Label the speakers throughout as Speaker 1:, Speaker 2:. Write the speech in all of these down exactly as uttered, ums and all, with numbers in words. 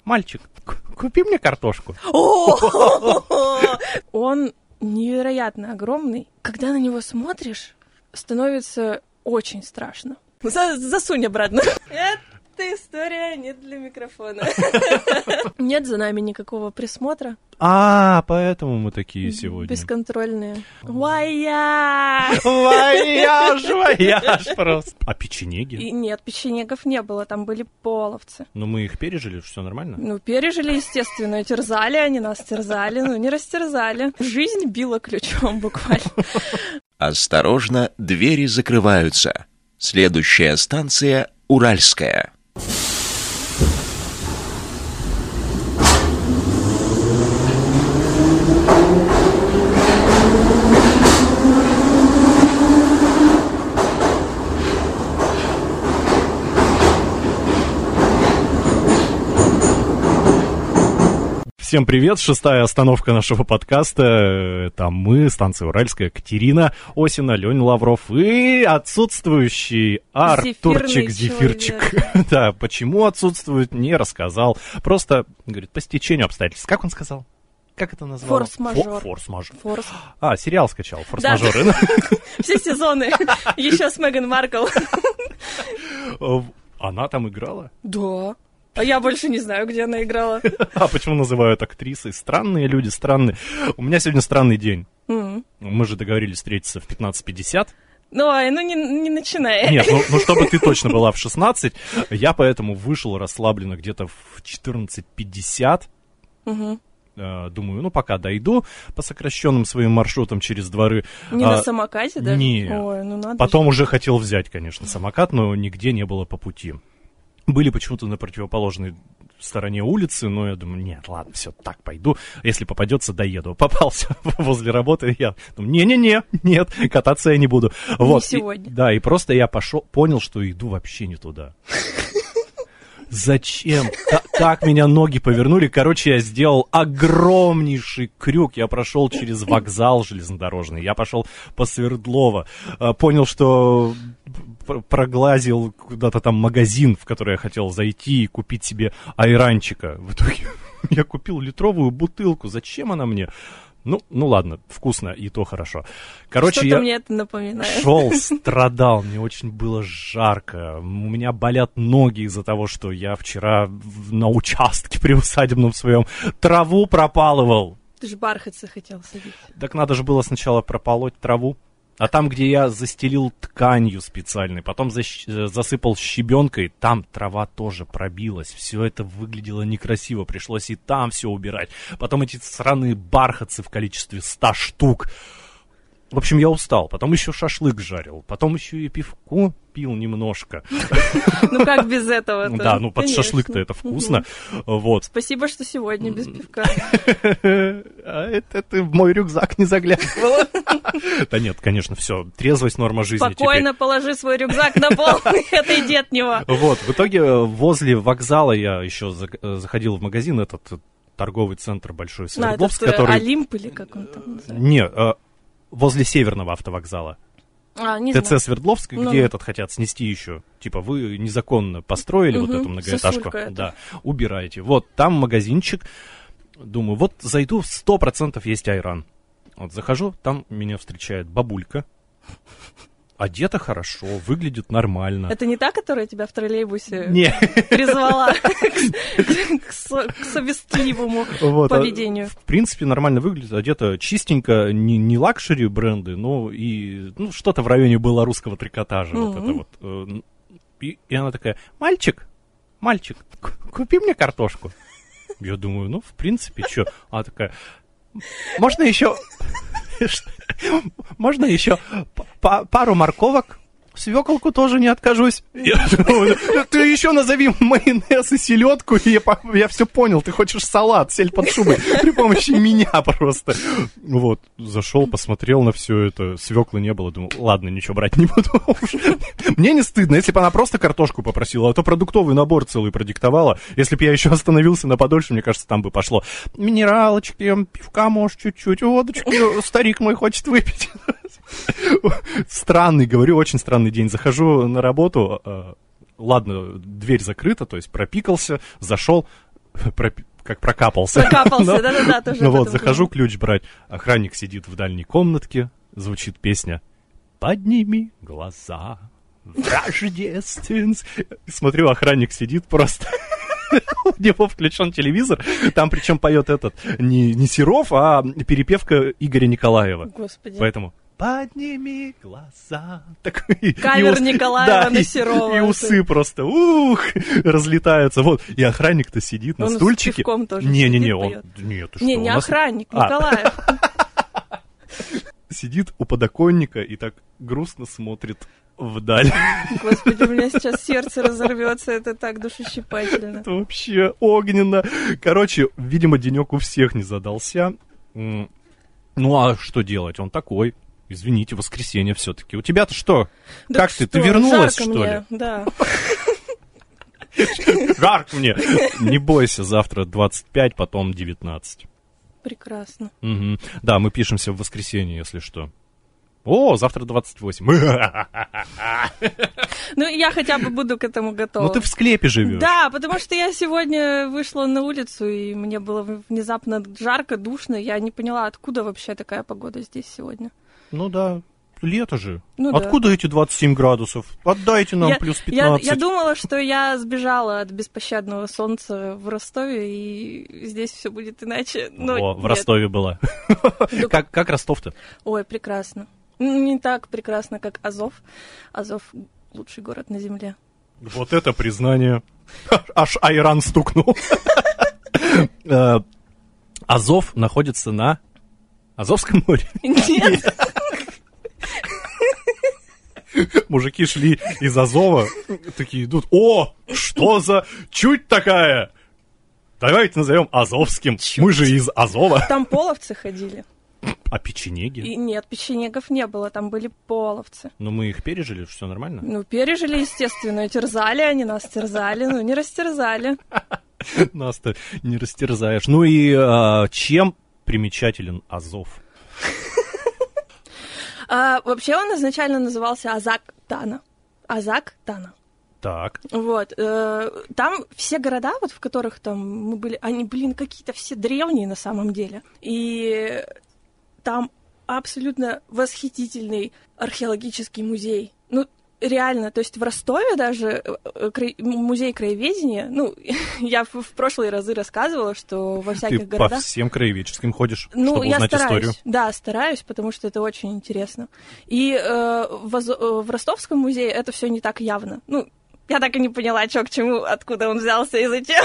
Speaker 1: Мальчик, купи мне картошку.
Speaker 2: Он невероятно огромный. Когда на него смотришь, становится очень страшно. Засунь обратно. Эта история не для микрофона. Нет за нами никакого присмотра.
Speaker 1: А, поэтому мы такие сегодня.
Speaker 2: Бесконтрольные. Вояж!
Speaker 1: Вояж, вояж просто. А печенеги?
Speaker 2: И нет, печенегов не было, там были половцы.
Speaker 1: Но мы их пережили, все нормально?
Speaker 2: Ну, пережили, естественно, терзали они нас, терзали, но не растерзали. Жизнь била ключом буквально.
Speaker 3: Осторожно, двери закрываются. Следующая станция — Уральская.
Speaker 1: Всем привет, шестая остановка нашего подкаста. Это мы, станция Уральская, Катерина Осина, Леня Лавров и отсутствующий Артурчик Зефирчик. Да, почему отсутствует, не рассказал. Просто, говорит, по стечению обстоятельств. Как он сказал? Как это назвал?
Speaker 2: Форс-мажор.
Speaker 1: Форс-мажор.
Speaker 2: Форс.
Speaker 1: А, сериал скачал, форс-мажоры.
Speaker 2: Все сезоны. Еще с Меган Маркл.
Speaker 1: Она там играла?
Speaker 2: Да. А я больше не знаю, где она играла.
Speaker 1: А почему называют актрисой? Странные люди, странные. У меня сегодня странный день. Mm-hmm. Мы же договорились встретиться в пятнадцать пятьдесят.
Speaker 2: Ну, ай, ну не, не начинай.
Speaker 1: Нет, ну, ну чтобы ты точно была в шестнадцать, я поэтому вышел расслабленно где-то в четырнадцать пятьдесят. Mm-hmm. Думаю, ну, пока дойду по сокращенным своим маршрутам через дворы.
Speaker 2: Не
Speaker 1: а,
Speaker 2: на самокате, да?
Speaker 1: Нет.
Speaker 2: Ой, ну надо
Speaker 1: Потом
Speaker 2: же.
Speaker 1: уже хотел взять, конечно, самокат, но нигде не было по пути. Были почему-то на противоположной стороне улицы, но я думаю, нет, ладно, все, так пойду. Если попадется, доеду. Попался возле работы, я думаю, не-не-не, нет, кататься я не буду.
Speaker 2: Не
Speaker 1: вот.
Speaker 2: сегодня.
Speaker 1: И, да, и просто я пошел, понял, что иду вообще не туда. Зачем? Так меня ноги повернули. Короче, я сделал огромнейший крюк. Я прошел через вокзал железнодорожный. Я пошел по Свердлова. Понял, что проглазил куда-то там магазин, в который я хотел зайти и купить себе айранчика. В итоге я купил литровую бутылку. Зачем она мне? Ну, ну ладно, вкусно, и то хорошо. Короче,
Speaker 2: Что-то
Speaker 1: я
Speaker 2: мне это напоминает.
Speaker 1: Шел, страдал, мне очень было жарко. У меня болят ноги из-за того, что я вчера на участке приусадебном своем траву пропалывал.
Speaker 2: Ты же бархатцы хотел садить.
Speaker 1: Так надо же было сначала прополоть траву. А там, где я застелил тканью специальной, потом защ... засыпал щебенкой, там трава тоже пробилась. Все это выглядело некрасиво, пришлось и там все убирать. Потом эти сраные бархатцы в количестве ста штук. В общем, я устал. Потом еще шашлык жарил. Потом еще и пивко пил немножко.
Speaker 2: Ну как без этого-то?
Speaker 1: Да, ну под шашлык-то это вкусно. Вот.
Speaker 2: Спасибо, что сегодня без пивка.
Speaker 1: А это ты в мой рюкзак не заглядывала? Да нет, конечно, все. Трезвость, норма жизни.
Speaker 2: Спокойно положи свой рюкзак на пол и отойди от него.
Speaker 1: Вот, в итоге возле вокзала я еще заходил в магазин, этот торговый центр большой Свердловск, который...
Speaker 2: Олимп или как он там называется?
Speaker 1: Не, возле Северного автовокзала.
Speaker 2: А, не
Speaker 1: ТЦ
Speaker 2: знаю.
Speaker 1: Свердловск, где
Speaker 2: ну,
Speaker 1: этот хотят снести еще. Типа, вы незаконно построили угу, вот эту многоэтажку. Да, убираете. Вот, там магазинчик. Думаю, вот зайду, сто процентов есть айран. Вот захожу, там меня встречает бабулька. Одета хорошо, выглядит нормально.
Speaker 2: Это не та, которая тебя в троллейбусе
Speaker 1: не.
Speaker 2: призвала к совестливому поведению?
Speaker 1: В принципе, нормально выглядит, одета чистенько, не лакшери бренды, но и что-то в районе белорусского трикотажа. Вот это вот. И она такая, мальчик, мальчик, купи мне картошку. Я думаю, ну, в принципе, что? Она такая, можно еще... Можно еще пару морковок? Свеколку тоже не откажусь. Я думаю, ты еще назови майонез и селедку, и я, я все понял, ты хочешь салат, сель под шубой, при помощи меня просто. Вот, зашел, посмотрел на все это, свеклы не было, думал, ладно, ничего брать не буду. Мне не стыдно, если бы она просто картошку попросила, а то продуктовый набор целый продиктовала. Если бы я еще остановился на подольше, мне кажется, там бы пошло. Минералочки, пивка, может, чуть-чуть, водочки, старик мой хочет выпить. Странный, говорю, очень странный день. Захожу на работу, э, ладно, дверь закрыта, то есть пропикался, зашел, как прокапался.
Speaker 2: Прокапался, да-да-да, тоже.
Speaker 1: Ну вот, захожу ключ брать, охранник сидит в дальней комнатке, звучит песня «Подними глаза в рождественский». Смотрю, охранник сидит просто... У него включен телевизор, там причем поет этот, не, не Серов, а перепевка Игоря Николаева.
Speaker 2: Господи.
Speaker 1: Поэтому подними глаза. Такой,
Speaker 2: Кавер
Speaker 1: ус...
Speaker 2: Николаева
Speaker 1: да,
Speaker 2: на
Speaker 1: и,
Speaker 2: Серова.
Speaker 1: И усы просто ух, разлетаются. Вот. И охранник-то сидит на
Speaker 2: он
Speaker 1: стульчике.
Speaker 2: Он с пивком тоже
Speaker 1: Не-не-не,
Speaker 2: он...
Speaker 1: Нет, ты что,
Speaker 2: Не, не
Speaker 1: нас...
Speaker 2: охранник,
Speaker 1: а.
Speaker 2: Николаев.
Speaker 1: Сидит у подоконника и так грустно смотрит вдаль.
Speaker 2: Господи, у меня сейчас сердце разорвется, это так душещипательно.
Speaker 1: Это вообще огненно. Короче, видимо, денек у всех не задался. Ну а что делать? Он такой. Извините, воскресенье все-таки. У тебя-то что?
Speaker 2: Да
Speaker 1: как
Speaker 2: что?
Speaker 1: ты? Ты вернулась,
Speaker 2: Жарко
Speaker 1: что
Speaker 2: мне,
Speaker 1: ли?
Speaker 2: Да.
Speaker 1: Жарко мне. Не бойся, завтра двадцать пять, потом девятнадцать.
Speaker 2: Прекрасно.
Speaker 1: Угу. Да, мы пишемся в воскресенье, если что. О, завтра двадцать восемь.
Speaker 2: Ну, я хотя бы буду к этому готова.
Speaker 1: Ну, ты в склепе живешь.
Speaker 2: Да, потому что я сегодня вышла на улицу, и мне было внезапно жарко, душно. Я не поняла, откуда вообще такая погода здесь сегодня.
Speaker 1: Ну да, лето же.
Speaker 2: Ну,
Speaker 1: откуда
Speaker 2: да.
Speaker 1: эти двадцать семь градусов? Отдайте нам
Speaker 2: я,
Speaker 1: плюс пятнадцать.
Speaker 2: Я, я думала, что я сбежала от беспощадного солнца в Ростове, и здесь все будет иначе. Но
Speaker 1: О, в
Speaker 2: нет.
Speaker 1: Ростове была. как, как Ростов-то?
Speaker 2: Ой, прекрасно. Не так прекрасно, как Азов. Азов — лучший город на земле.
Speaker 1: Вот это признание. Аж Айран стукнул. Азов находится на Азовском море?
Speaker 2: Нет.
Speaker 1: Мужики шли из Азова, такие идут. О, что за чуть такая? Давайте назовем Азовским. Чуть. Мы же из Азова.
Speaker 2: Там половцы ходили.
Speaker 1: А печенеги?
Speaker 2: И нет, печенегов не было, там были половцы.
Speaker 1: Но мы их пережили, все нормально?
Speaker 2: Ну, пережили, естественно, терзали они нас, терзали, ну, не растерзали.
Speaker 1: Нас-то не растерзаешь. Ну и а, чем примечателен Азов?
Speaker 2: А, вообще он изначально назывался Азак-Тана. Азак-Тана.
Speaker 1: Так.
Speaker 2: Вот. Э, там все города, вот в которых там мы были, они, блин, какие-то все древние на самом деле. И там абсолютно восхитительный археологический музей. Ну, реально, то есть в Ростове даже кра... музей краеведения, ну, я в, в прошлые разы рассказывала, что во всяких
Speaker 1: Ты
Speaker 2: городах...
Speaker 1: по всем краеведческим ходишь,
Speaker 2: ну,
Speaker 1: чтобы
Speaker 2: я
Speaker 1: узнать
Speaker 2: стараюсь,
Speaker 1: историю?
Speaker 2: Да, стараюсь, потому что это очень интересно. И э, в, Оз... в Ростовском музее это все не так явно. Ну, я так и не поняла, что к чему, откуда он взялся и зачем.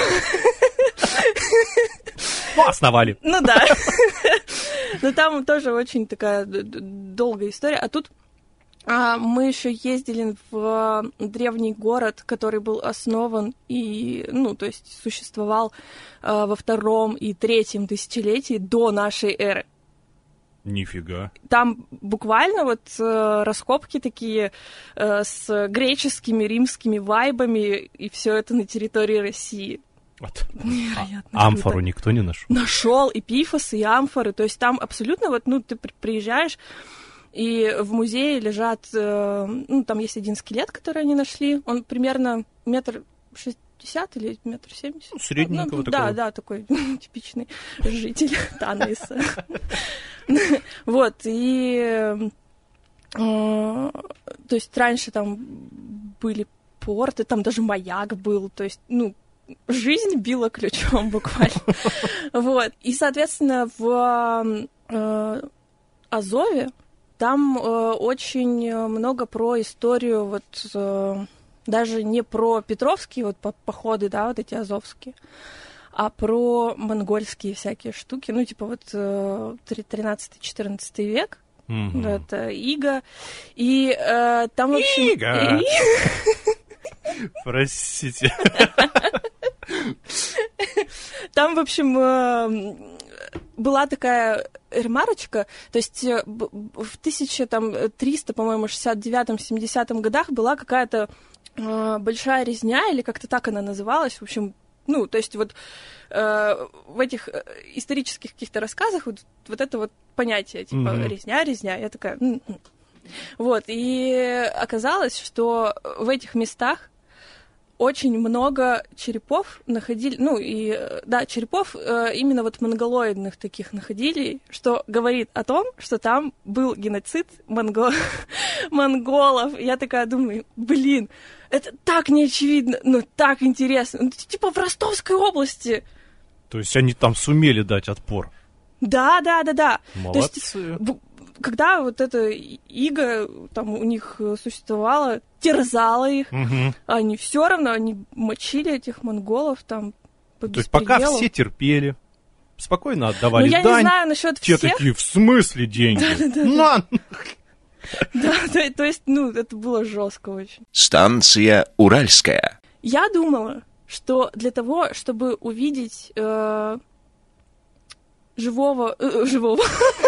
Speaker 1: Ну, основали.
Speaker 2: Ну да. Но там тоже очень такая долгая история. А тут а, мы еще ездили в древний город, который был основан и, ну, то есть существовал а, во втором и третьем тысячелетии до нашей эры.
Speaker 1: Нифига.
Speaker 2: Там буквально вот э, раскопки такие э, с греческими, римскими вайбами, и все это на территории России.
Speaker 1: Вот.
Speaker 2: Невероятно.
Speaker 1: А, амфору
Speaker 2: круто.
Speaker 1: никто не нашел?
Speaker 2: Нашел и пифосы, и амфоры. То есть там абсолютно вот, ну, ты приезжаешь, и в музее лежат, э, ну, там есть один скелет, который они нашли. Он примерно метр шестьдесят или метр семьдесят.
Speaker 1: Ну, средненького
Speaker 2: ну,
Speaker 1: такого.
Speaker 2: Да, да, такой типичный житель Танайса. Вот, и... То есть раньше там были порты, там даже маяк был, то есть, ну, жизнь била ключом буквально. Вот, и, соответственно, в Азове там очень много про историю вот... Даже не про петровские вот походы, да, вот эти азовские, а про монгольские всякие штуки. Ну, типа вот тринадцатый-четырнадцатый век. Mm-hmm. Это Ига. И э, там, в общем...
Speaker 1: Ига! Простите.
Speaker 2: Там, в общем, была такая ремарочка, то есть в тысяча триста, по-моему, шестьдесят девятом — семидесятом годах была какая-то большая резня, или как-то так она называлась, в общем, ну, то есть вот э, в этих исторических каких-то рассказах вот, вот это вот понятие, типа, mm-hmm. резня, резня, я такая... Mm-hmm. Вот, и оказалось, что в этих местах очень много черепов находили, ну и, да, черепов э, именно вот монголоидных таких находили, что говорит о том, что там был геноцид монго... монголов. Я такая думаю, блин, это так неочевидно, но так интересно. Ну, типа в Ростовской области.
Speaker 1: То есть они там сумели дать отпор?
Speaker 2: Да, да, да, да.
Speaker 1: Молодцы.
Speaker 2: То есть, когда вот эта ига там у них существовала, терзала их, угу. они все равно, они мочили этих монголов там по
Speaker 1: То есть пока все терпели, спокойно отдавали
Speaker 2: ну, я
Speaker 1: дань.
Speaker 2: Не знаю насчет
Speaker 1: те
Speaker 2: всех.
Speaker 1: такие, в смысле деньги?
Speaker 2: Да, да, то, то есть, ну, это было жестко очень.
Speaker 3: Станция Уральская.
Speaker 2: Я думала, что для того, чтобы увидеть э, живого... Э, живого...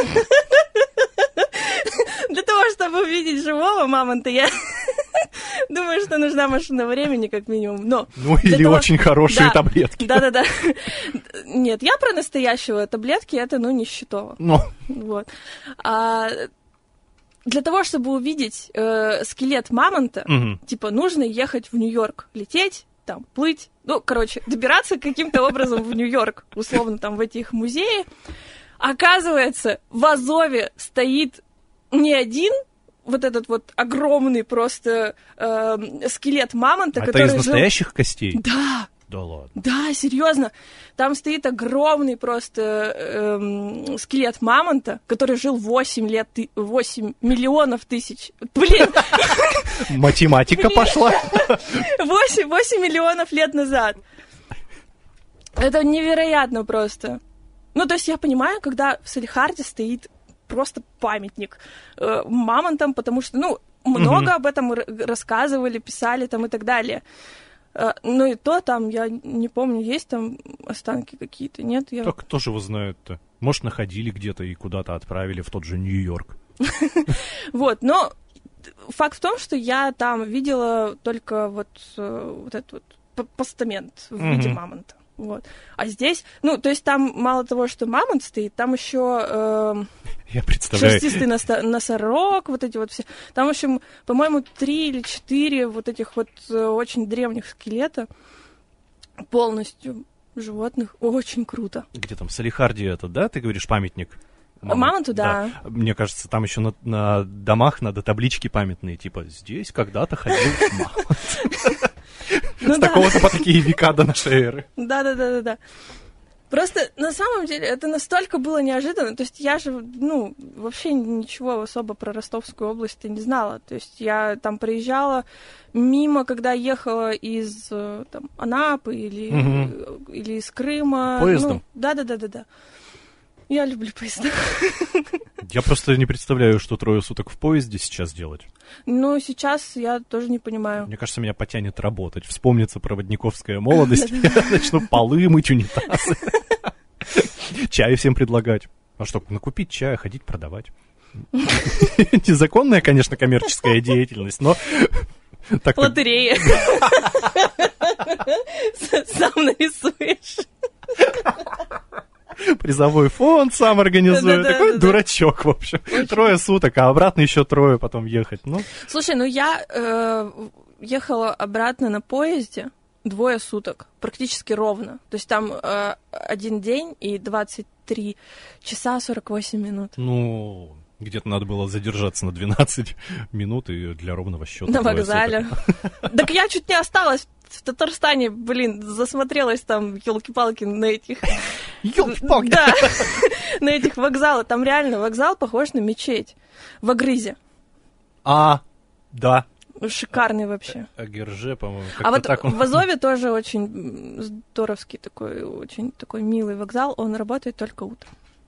Speaker 2: Для того, чтобы увидеть живого мамонта, я думаю, что нужна машина времени, как минимум. Но
Speaker 1: ну, или того... очень хорошие да, таблетки.
Speaker 2: Да-да-да. Нет, я про настоящего. Таблетки это, ну, нищетово.
Speaker 1: Но.
Speaker 2: Вот. А для того, чтобы увидеть э, скелет мамонта, угу. типа, нужно ехать в Нью-Йорк, лететь, там, плыть. Ну, короче, добираться каким-то образом в Нью-Йорк, условно, там, в эти их музеи. Оказывается, в Азове стоит не один вот этот вот огромный просто э, скелет мамонта,
Speaker 1: а
Speaker 2: который
Speaker 1: это из
Speaker 2: жил...
Speaker 1: настоящих костей?
Speaker 2: Да.
Speaker 1: Да ладно.
Speaker 2: Да, серьезно. Там стоит огромный просто э, скелет мамонта, который жил восемь лет, восемь миллионов тысяч. Блин.
Speaker 1: Математика пошла.
Speaker 2: восемь миллионов лет назад. Это невероятно просто. Ну, то есть я понимаю, когда в Салехарде стоит просто памятник э, мамонтам, потому что, ну, много mm-hmm. об этом р- рассказывали, писали там и так далее. Э, ну и то там, я не помню, есть там останки какие-то, нет? Я...
Speaker 1: Так кто же его знает-то? Может, находили где-то и куда-то отправили в тот же Нью-Йорк.
Speaker 2: Вот, но факт в том, что я там видела только вот этот вот постамент в виде мамонта. Вот. А здесь, ну, то есть там мало того, что мамонт стоит, там еще э,
Speaker 1: Я представляю.
Speaker 2: шерстистый носа- носорог, вот эти вот все. Там, в общем, по-моему, три или четыре вот этих вот э, очень древних скелета полностью животных. Очень круто.
Speaker 1: Где там, в Салехарде это, да, ты говоришь, памятник?
Speaker 2: Мамонт, Мамонту, да.
Speaker 1: да. Мне кажется, там еще на, на домах надо таблички памятные, типа, здесь когда-то ходил мамонт.
Speaker 2: Ну,
Speaker 1: С
Speaker 2: да.
Speaker 1: такого-то по такие века до нашей эры.
Speaker 2: Да-да-да-да-да. Просто на самом деле это настолько было неожиданно. То есть я же, ну, вообще ничего особо про Ростовскую область не знала. То есть я там проезжала мимо, когда ехала из там, Анапы или, угу. или из Крыма.
Speaker 1: Поездом?
Speaker 2: Ну, да-да-да-да-да. Я люблю поезда.
Speaker 1: Я просто не представляю, что трое суток в поезде сейчас делать.
Speaker 2: Ну, сейчас я тоже не понимаю.
Speaker 1: Мне кажется, меня потянет работать. Вспомнится проводниковская молодость. Я начну полы мыть, унитазы. Чай всем предлагать. А что, накупить чая, ходить продавать. Незаконная, конечно, коммерческая деятельность, но...
Speaker 2: Лотерея. Сам нарисуешь.
Speaker 1: Призовой фонд сам организует.
Speaker 2: Да-да-да,
Speaker 1: Такой
Speaker 2: да-да.
Speaker 1: дурачок, в общем. Очень. Трое суток, а обратно еще трое потом ехать. Ну.
Speaker 2: Слушай, ну я э, ехала обратно на поезде двое суток, практически ровно. То есть там э, один день и двадцать три часа сорок восемь минут.
Speaker 1: Ну, где-то надо было задержаться на двенадцать минут и для ровного счета.
Speaker 2: На вокзале. Так я чуть не осталась в Татарстане, блин, засмотрелась там, елки-палки, на этих...
Speaker 1: Ёлки-палки!
Speaker 2: Да, на этих вокзалах. Там реально вокзал похож на мечеть в Агрызе.
Speaker 1: А, да.
Speaker 2: Шикарный вообще.
Speaker 1: Агерже, по-моему.
Speaker 2: А вот в Азове тоже очень здоровский такой, очень такой милый вокзал. Он работает только утром.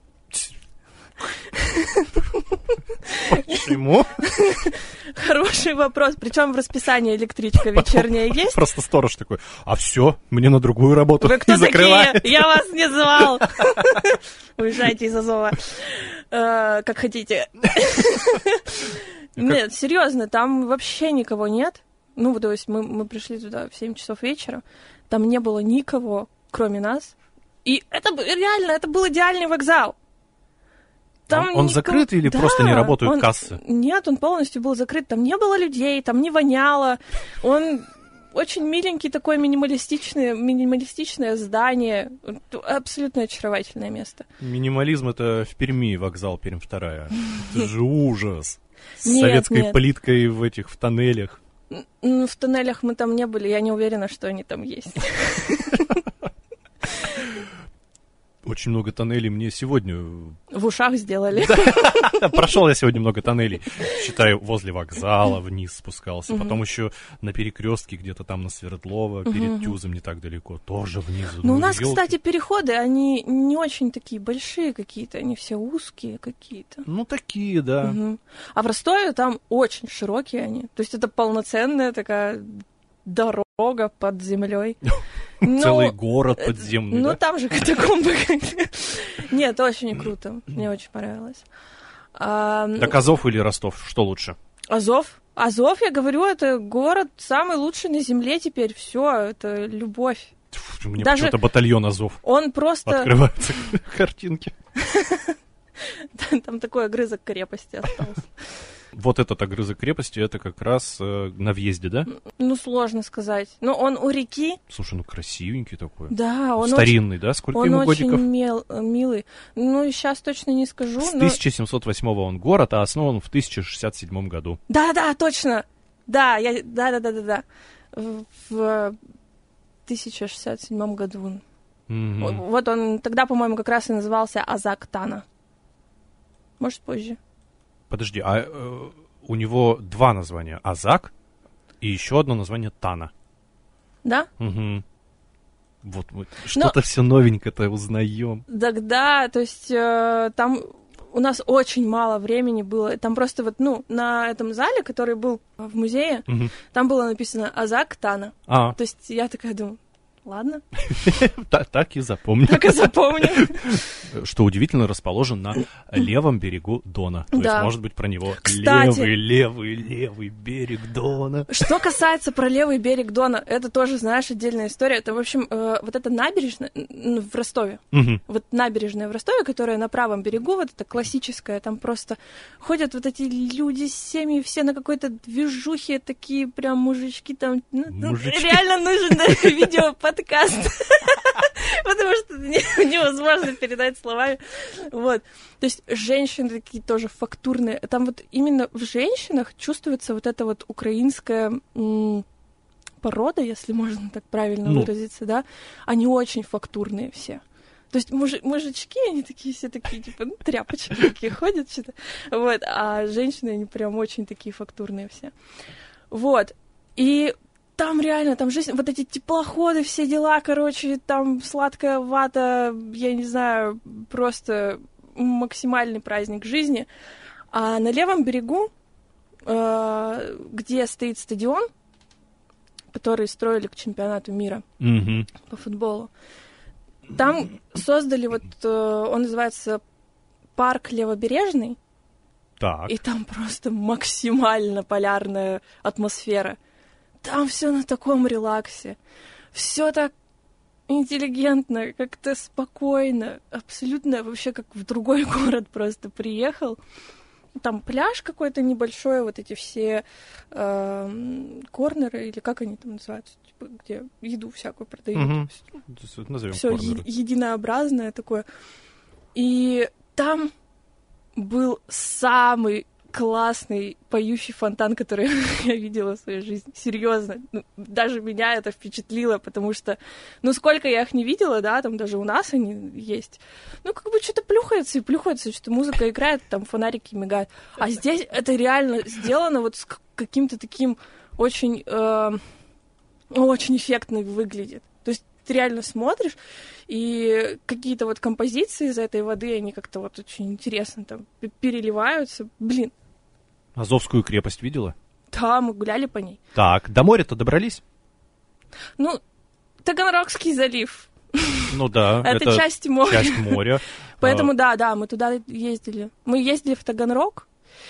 Speaker 1: Почему?
Speaker 2: Хороший вопрос. Причем в расписании электричка вечерняя есть.
Speaker 1: Просто сторож такой, а все, мне на другую работу.
Speaker 2: Вы кто такие? Я вас не звал. Уезжайте из Азова. Как хотите. Нет, серьезно, там вообще никого нет. Ну, то есть мы, мы пришли туда в семь часов вечера. Там не было никого, кроме нас. И это реально, это был идеальный вокзал. Там
Speaker 1: он он никого... закрыт или да, просто не работают
Speaker 2: он...
Speaker 1: кассы?
Speaker 2: Нет, он полностью был закрыт. Там не было людей, там не воняло. Он очень миленький такое минималистичное, минималистичное здание. Абсолютно очаровательное место.
Speaker 1: Минимализм — это в Перми вокзал Пермь вторая. Это же ужас. С
Speaker 2: Нет,
Speaker 1: советской
Speaker 2: нет.
Speaker 1: плиткой в этих, в тоннелях.
Speaker 2: Ну, в тоннелях мы там не были, я не уверена, что они там есть.
Speaker 1: Очень много тоннелей мне сегодня...
Speaker 2: В ушах сделали.
Speaker 1: Прошел я сегодня много тоннелей. Считаю, возле вокзала вниз спускался. Потом еще на перекрестке где-то там на Свердлова, перед Тюзом не так далеко. Тоже внизу.
Speaker 2: Ну, у нас, кстати, переходы, они не очень такие большие какие-то. Они все узкие какие-то.
Speaker 1: Ну, такие, да.
Speaker 2: Мгм. А в Ростове там очень широкие они. То есть это полноценная такая дорога под землей.
Speaker 1: Целый город подземный,
Speaker 2: Ну,
Speaker 1: да?
Speaker 2: там же катакомбы. Нет, очень круто. Мне очень понравилось. А,
Speaker 1: Так Азов или Ростов? Что лучше?
Speaker 2: Азов. Азов, я говорю, это город самый лучший на земле теперь. Все, это любовь.
Speaker 1: Тьфу, мне
Speaker 2: Даже-
Speaker 1: почему-то батальон Азов.
Speaker 2: Он просто...
Speaker 1: Открываются картинки.
Speaker 2: Там такой огрызок крепости остался.
Speaker 1: Вот этот огрызок крепости, это как раз э, на въезде, да?
Speaker 2: Ну, сложно сказать. Но он у реки.
Speaker 1: Слушай, ну красивенький такой.
Speaker 2: Да, он очень,
Speaker 1: Старинный, да? Сколько
Speaker 2: он
Speaker 1: ему
Speaker 2: очень
Speaker 1: годиков?
Speaker 2: мел- милый. Ну, сейчас точно не скажу.
Speaker 1: С
Speaker 2: но-
Speaker 1: тысяча семьсот восьмого он город, а основан в тысяча шестьдесят седьмом году.
Speaker 2: Да-да, точно. Да, я... Да-да-да-да-да. В, в тысяча шестьдесят седьмом году.
Speaker 1: Мгм.
Speaker 2: Вот он тогда, по-моему, как раз и назывался Азак Тана. Может, позже.
Speaker 1: Подожди, а э, у него два названия. Азак и еще одно название Тана.
Speaker 2: Да?
Speaker 1: Угу. Вот мы что-то все новенькое-то узнаем.
Speaker 2: Тогда, то есть, э, там у нас очень мало времени было. Там просто вот, ну, на этом зале, который был в музее,
Speaker 1: Мгм.
Speaker 2: там было написано Азак Тана.
Speaker 1: А,
Speaker 2: То есть я такая думаю, ладно,
Speaker 1: та- так и запомню.
Speaker 2: так и запомню.
Speaker 1: Что удивительно, расположен на левом берегу Дона. То
Speaker 2: Да.
Speaker 1: есть, может быть, про него
Speaker 2: Кстати.
Speaker 1: левый, левый, левый берег Дона.
Speaker 2: Что касается про левый берег Дона, это тоже, знаешь, отдельная история. Это, в общем, э, вот эта набережная н- в Ростове.
Speaker 1: Мгм.
Speaker 2: Вот набережная в Ростове, которая на правом берегу, вот это классическая, там просто ходят вот эти люди с семьей, все на какой-то движухе, такие прям мужички там. Ну, ну,
Speaker 1: Мужички.
Speaker 2: реально нужен да, видеоподкаст, потому что это не- невозможно передать словами. Вот. То есть женщины такие тоже фактурные. Там вот именно в женщинах чувствуется вот эта вот украинская м, порода, если можно так правильно
Speaker 1: Ну.
Speaker 2: выразиться, да. Они очень фактурные все. То есть мужи- мужички, они такие все такие, типа, ну, тряпочки такие ходят что-то. Вот. А женщины, они прям очень такие фактурные все. Вот. И там реально, там жизнь, вот эти теплоходы, все дела, короче, там сладкая вата, я не знаю, просто максимальный праздник жизни. А на левом берегу, э, где стоит стадион, который строили к чемпионату мира
Speaker 1: Мгм.
Speaker 2: по футболу, там создали вот, э, он называется парк Левобережный,
Speaker 1: Так.
Speaker 2: и там просто максимально полярная атмосфера. Там все на таком релаксе. Все так интеллигентно, как-то спокойно. Абсолютно вообще как в другой город просто приехал. Там пляж какой-то небольшой, вот эти все эм, корнеры, или как они там называются, типа, где еду всякую продают.
Speaker 1: Мгм. Назовем
Speaker 2: Все
Speaker 1: корнеры.
Speaker 2: единообразное такое. И там был самый классный поющий фонтан, который я видела в своей жизни. Серьезно. Ну, даже меня это впечатлило, потому что, ну, сколько я их не видела, да, там даже у нас они есть. Ну, как бы что-то плюхается и плюхается, что музыка играет, там фонарики мигают. А здесь это реально сделано вот с к- каким-то таким очень, э, очень эффектно выглядит. То есть ты реально смотришь, и какие-то вот композиции из этой воды, они как-то вот очень интересно там п- переливаются. Блин,
Speaker 1: Азовскую крепость видела?
Speaker 2: да, мы гуляли по ней.
Speaker 1: Так, до моря-то добрались?
Speaker 2: Ну, Таганрогский залив.
Speaker 1: Ну да,
Speaker 2: Это часть моря.
Speaker 1: часть моря.
Speaker 2: Поэтому,
Speaker 1: А,
Speaker 2: да, да, мы туда ездили. Мы ездили в Таганрог,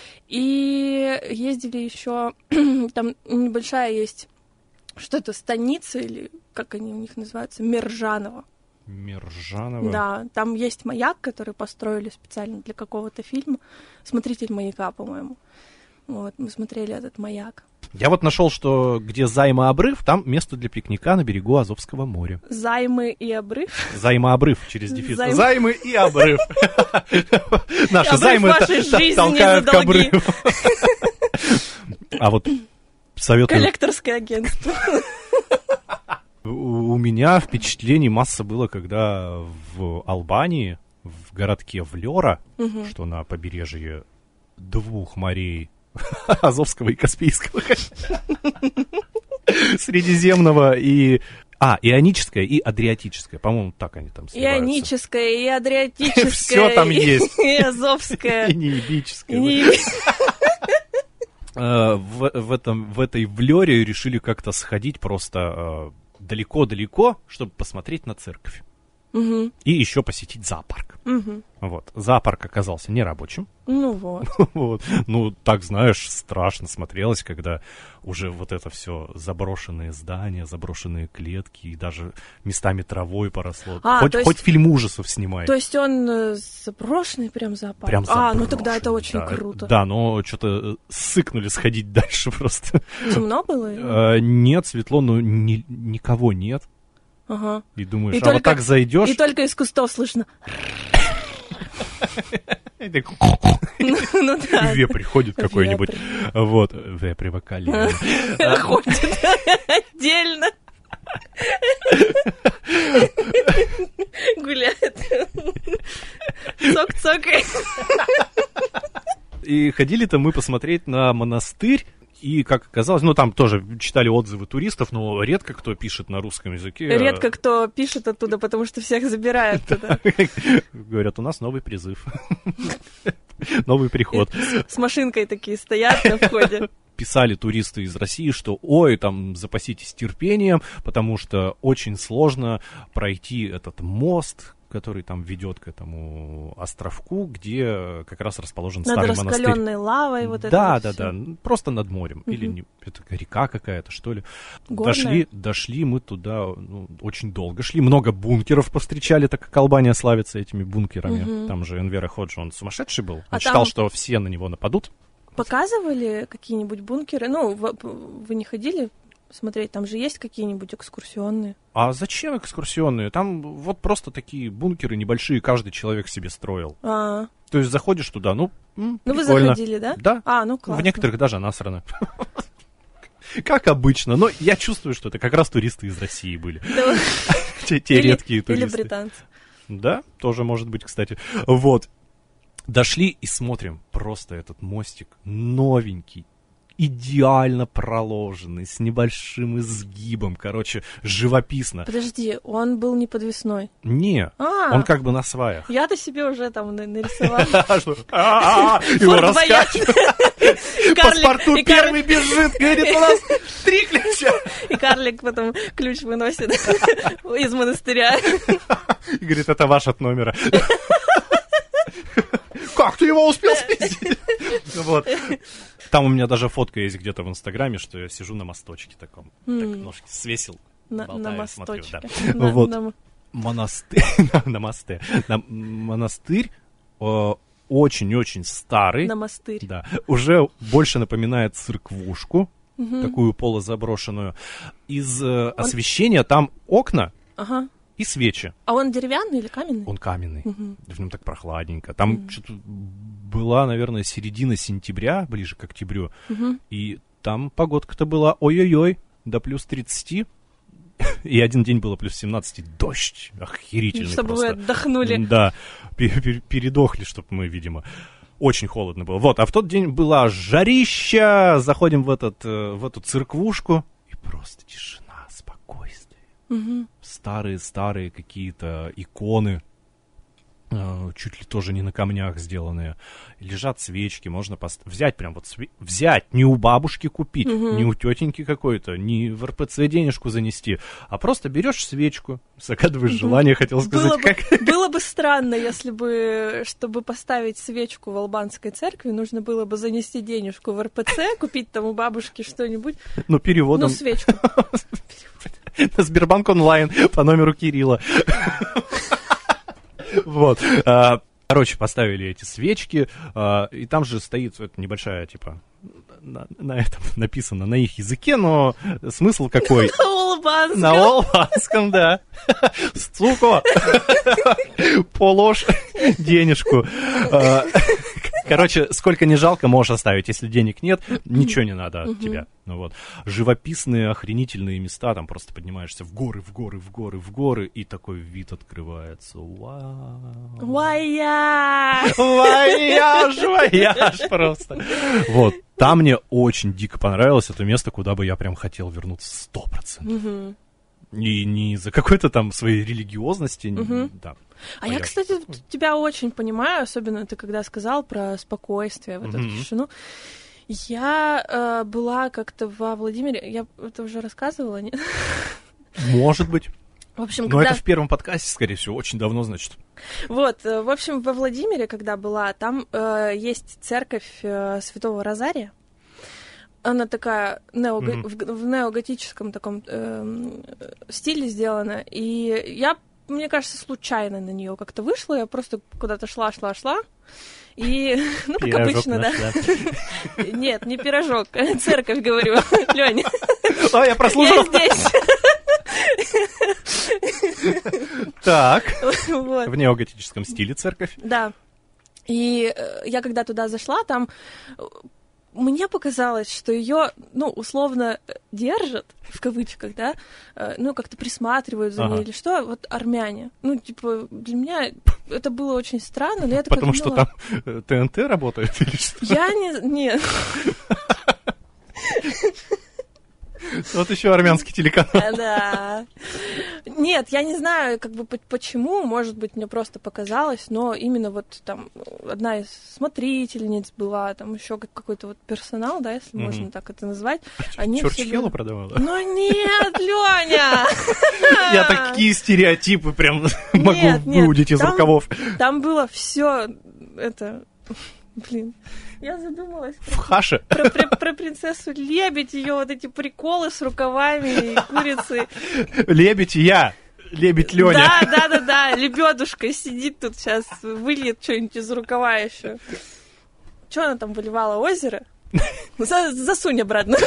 Speaker 2: и ездили еще, там небольшая есть, что это, станица, или как они у них называются, Мержаново.
Speaker 1: Мержаново.
Speaker 2: Да, там есть маяк, который построили специально для какого-то фильма. «Смотритель маяка», по-моему. Вот, мы смотрели этот маяк.
Speaker 1: Я вот нашел, что где Займа-обрыв, там место для пикника на берегу Азовского моря.
Speaker 2: Займы и обрыв?
Speaker 1: Займа-обрыв через дефис.
Speaker 2: Займ-
Speaker 1: Займы и обрыв. Наши
Speaker 2: Обрыв
Speaker 1: займы
Speaker 2: вашей
Speaker 1: та-
Speaker 2: жизни
Speaker 1: толкают
Speaker 2: за
Speaker 1: к
Speaker 2: долги.
Speaker 1: обрыву. А вот советую...
Speaker 2: Коллекторское агентство.
Speaker 1: У у меня впечатлений масса было, когда в Албании, в городке Влёра, что на побережье двух морей, Азовского и Каспийского, Средиземного и... А, Ионическое и Адриатическое. По-моему, так они там сливаются.
Speaker 2: Ионическое, и Адриатическое.
Speaker 1: Всё там
Speaker 2: и-
Speaker 1: есть.
Speaker 2: И Азовское.
Speaker 1: И Неебическое.
Speaker 2: И не-
Speaker 1: Э, В, в, этом, в этой Влёре решили как-то сходить просто э, далеко-далеко, чтобы посмотреть на церковь.
Speaker 2: Мгм,
Speaker 1: И еще посетить зоопарк.
Speaker 2: мгм.
Speaker 1: Вот. Зоопарк оказался нерабочим.
Speaker 2: Ну вот.
Speaker 1: Вот. Ну, так, знаешь, страшно смотрелось, когда уже вот это все заброшенные здания, заброшенные клетки, и даже местами травой поросло.
Speaker 2: А,
Speaker 1: хоть,
Speaker 2: то есть-
Speaker 1: хоть фильм ужасов снимай.
Speaker 2: То есть он э, заброшенный прям зоопарк?
Speaker 1: Прям
Speaker 2: А, ну
Speaker 1: заброшенный,
Speaker 2: тогда это очень
Speaker 1: да.
Speaker 2: круто.
Speaker 1: Да, но что-то сыкнули сходить дальше просто.
Speaker 2: Темно было?
Speaker 1: Э, Нет, светло, но ни- никого нет.
Speaker 2: Ага.
Speaker 1: И думаешь,
Speaker 2: И
Speaker 1: а вот
Speaker 2: только-
Speaker 1: так зайдешь...
Speaker 2: И только из кустов слышно.
Speaker 1: и так
Speaker 2: Ну да.
Speaker 1: вепрь ходит какой-нибудь.
Speaker 2: Вепрь.
Speaker 1: Вот, вепрь вокален.
Speaker 2: Ходит отдельно. Гуляет. Цок-цокай.
Speaker 1: И ходили-то мы посмотреть на монастырь. И, как оказалось, ну, там тоже читали отзывы туристов, но редко кто пишет на русском языке.
Speaker 2: Редко кто пишет оттуда, потому что всех забирают туда.
Speaker 1: Говорят, у нас новый призыв. Новый приход.
Speaker 2: С машинкой такие стоят на входе.
Speaker 1: Писали туристы из России, что ой, там запаситесь терпением, потому что очень сложно пройти этот мост, который там ведет к этому островку, где как раз расположен
Speaker 2: Над
Speaker 1: старый монастырь.
Speaker 2: раскаленной лавой вот это
Speaker 1: Да,
Speaker 2: вот
Speaker 1: да,
Speaker 2: всё.
Speaker 1: да, просто над морем. Или не, это река какая-то, что ли.
Speaker 2: Горная?
Speaker 1: Дошли, дошли мы туда, ну, очень долго шли, много бункеров повстречали, так как Албания славится этими бункерами.
Speaker 2: Мгм.
Speaker 1: Там же Энвера Ходжи, он сумасшедший был. Он
Speaker 2: А
Speaker 1: считал,
Speaker 2: там-
Speaker 1: что все на него нападут.
Speaker 2: Показывали какие-нибудь бункеры? Ну, в- вы не ходили смотреть? Там же есть какие-нибудь экскурсионные?
Speaker 1: А зачем экскурсионные? Там вот просто такие бункеры небольшие, каждый человек себе строил.
Speaker 2: А,
Speaker 1: То есть заходишь туда, ну, м,
Speaker 2: ну вы
Speaker 1: прикольно.
Speaker 2: заходили, да?
Speaker 1: Да.
Speaker 2: А, ну классно.
Speaker 1: В некоторых даже насрано. Как обычно, но я чувствую, что это как раз туристы из России были.
Speaker 2: Да вот.
Speaker 1: Те, те
Speaker 2: Или-
Speaker 1: редкие
Speaker 2: Или
Speaker 1: туристы.
Speaker 2: британцы.
Speaker 1: Да, тоже может быть, кстати. Вот. Дошли и смотрим, просто этот мостик новенький, идеально проложенный, с небольшим изгибом, короче, живописно.
Speaker 2: Подожди, он был не подвесной.
Speaker 1: Не,
Speaker 2: А,
Speaker 1: он как бы на сваях.
Speaker 2: я-то себе уже там на- нарисовала.
Speaker 1: А что? А-а-а, Его
Speaker 2: Форт
Speaker 1: раскачивают.
Speaker 2: Боярд.
Speaker 1: Паспорту
Speaker 2: И карлик-
Speaker 1: первый бежит, говорит, у нас три ключа.
Speaker 2: И карлик потом ключ выносит из монастыря.
Speaker 1: И говорит, это ваш от номера. Как ты его успел спиздить? Вот. Там у меня даже фотка есть где-то в Инстаграме, что я сижу на мосточке таком. Так ножки свесил.
Speaker 2: На,
Speaker 1: болтаю,
Speaker 2: на
Speaker 1: смотрю,
Speaker 2: мосточке.
Speaker 1: да.
Speaker 2: На-
Speaker 1: Вот.
Speaker 2: на-
Speaker 1: Монастырь. На мосте. На- Монастырь э, очень-очень старый.
Speaker 2: На мостырь.
Speaker 1: Да. Уже больше напоминает церквушку, такую полузаброшенную. Из э, освещения там окна
Speaker 2: Ага.
Speaker 1: и свечи.
Speaker 2: А он деревянный или каменный?
Speaker 1: Он каменный. В нем так прохладненько. Там что-то была, наверное, середина сентября, ближе к октябрю. И там погодка-то была ой-ой-ой, до плюс тридцати. И один день было плюс семнадцать, и дождь охерительный
Speaker 2: Чтобы
Speaker 1: просто.
Speaker 2: вы отдохнули.
Speaker 1: Да, пе- пе- передохли, чтобы мы, видимо. Очень холодно было. Вот, а в тот день была жарища. Заходим в, этот, э, в эту церквушку, и просто тишина, спокойствие. Старые-старые какие-то иконы, э, чуть ли тоже не на камнях сделанные. Лежат свечки, можно пост- взять прям вот, све- взять, не у бабушки купить, не у тетеньки какой-то, не в эр пэ цэ денежку занести, а просто берешь свечку, загадываешь желание, хотел сказать,
Speaker 2: Было бы,
Speaker 1: как...
Speaker 2: было бы странно, если бы, чтобы поставить свечку в албанской церкви, нужно было бы занести денежку в эр пэ цэ, купить там у бабушки что-нибудь,
Speaker 1: Ну,
Speaker 2: ну,
Speaker 1: переводом
Speaker 2: свечку.
Speaker 1: на Сбербанк онлайн по номеру Кирилла. Вот. а, Короче, поставили эти свечки, а, и там же стоит эта небольшая, типа, на, на этом написано, на их языке, но смысл какой?
Speaker 2: На олбанском.
Speaker 1: На олбанском, да. Сука, положь денежку. Короче, сколько не жалко, можешь оставить. Если денег нет, ничего не надо от тебя. Ну вот. Живописные, охренительные места, там просто поднимаешься в горы, в горы, в горы, в горы, и такой вид открывается. Вау.
Speaker 2: Вояж!
Speaker 1: Вояж, вояж просто. Вот. Там мне очень дико понравилось это место, куда бы я прям хотел вернуться сто процентов. Угу. И не из-за какой-то там своей религиозности, угу. да.
Speaker 2: А я, кстати, тебя очень понимаю, особенно ты когда сказал про спокойствие, вот mm-hmm. эту тишину. Я э, была как-то во Владимире, я это уже рассказывала, нет?
Speaker 1: Может быть.
Speaker 2: В общем,
Speaker 1: Но
Speaker 2: когда...
Speaker 1: это в первом подкасте, скорее всего, очень давно, значит.
Speaker 2: Вот, в общем, во Владимире, когда была, там э, есть церковь э, Святого Розария. Она такая неого... mm-hmm. в, в неоготическом таком э, стиле сделана. И я, мне кажется, случайно на нее как-то вышла. Я просто куда-то шла, шла, шла. И, ну, как пирожок обычно, нашла. Да. Нет, не пирожок, церковь, говорю. Лёня.
Speaker 1: А, я прослушал.
Speaker 2: Я здесь.
Speaker 1: Так, в неоготическом стиле церковь.
Speaker 2: Да. И я когда туда зашла, там... Мне показалось, что ее, ну, условно держат, в кавычках, да, ну, как-то присматривают за ага. ней или что, вот армяне. Ну, типа, для меня это было очень странно, но я такая
Speaker 1: Потому
Speaker 2: думала,
Speaker 1: что там ТНТ работает или что?
Speaker 2: Я не... Нет.
Speaker 1: Вот еще армянский телеканал.
Speaker 2: Да. Нет, я не знаю, как бы почему, может быть, мне просто показалось, но именно вот там одна из смотрительниц была, там еще какой-то вот персонал, да, если mm-hmm. можно так это назвать. Они
Speaker 1: Чурчхелу
Speaker 2: были...
Speaker 1: продавала?
Speaker 2: Ну нет, Лёня!
Speaker 1: Я такие стереотипы прям могу выудить из рукавов.
Speaker 2: Там было все это... Блин, я задумалась
Speaker 1: в хаше.
Speaker 2: Про, про, про принцессу Лебедь, ее вот эти приколы с рукавами и курицей.
Speaker 1: Лебедь я, лебедь Лёня.
Speaker 2: Да, да, да, да, лебедушка сидит тут сейчас, выльет что-нибудь из рукава еще. Что она там выливала, озеро? Засунь обратно.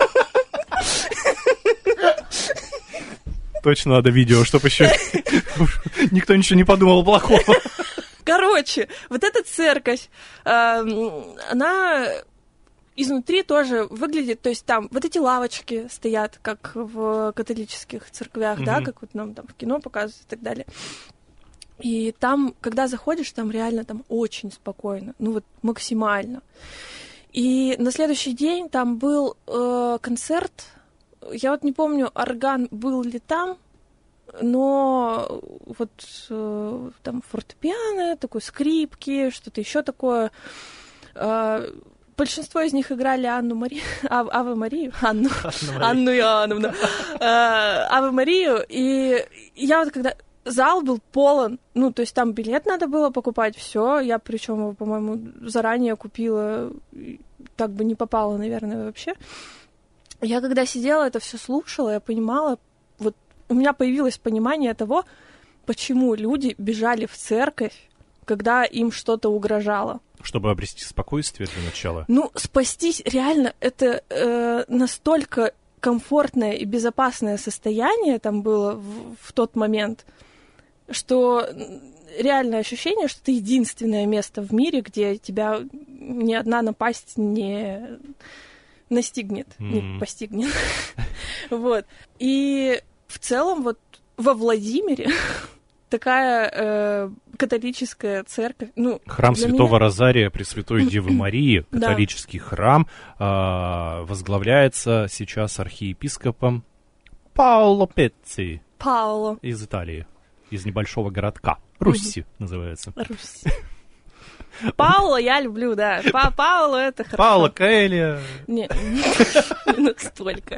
Speaker 1: Точно надо видео, чтобы еще никто ничего не подумал плохого.
Speaker 2: Короче, вот эта церковь, э, она изнутри тоже выглядит, то есть там вот эти лавочки стоят, как в католических церквях, mm-hmm. да, как вот нам там в кино показывают и так далее. И там, когда заходишь, там реально там очень спокойно, ну вот максимально. И на следующий день там был э, концерт, я вот не помню, орган был ли там, но вот э, там фортепиано, такой скрипки, что-то еще такое. Э, большинство из них играли Анну Марию, Ав, Аве Марию, Анну, Анну Иоанновну, э, Аве Марию. И я вот когда зал был полон, ну то есть там билет надо было покупать, все. Я причем его, по-моему, заранее купила, так бы не попала, наверное, вообще. Я когда сидела, это все слушала, я понимала. У меня появилось понимание того, почему люди бежали в церковь, когда им что-то угрожало.
Speaker 1: Чтобы обрести спокойствие для начала?
Speaker 2: Ну, спастись, реально, это э, настолько комфортное и безопасное состояние там было в, в тот момент, что реальное ощущение, что это единственное место в мире, где тебя ни одна напасть не настигнет, mm-hmm. не постигнет. Вот. И... В целом, вот во Владимире такая э, католическая церковь. Ну,
Speaker 1: храм Святого
Speaker 2: меня...
Speaker 1: Розария Пресвятой Девы Марии, католический да. храм, э, возглавляется сейчас архиепископом Паоло Пецци.
Speaker 2: Паоло.
Speaker 1: Из Италии, из небольшого городка. Русси угу. называется.
Speaker 2: Русси. Пауло я люблю, да. Па Пауло это хорошо.
Speaker 1: Пауло Коэльо.
Speaker 2: Не, не настолько.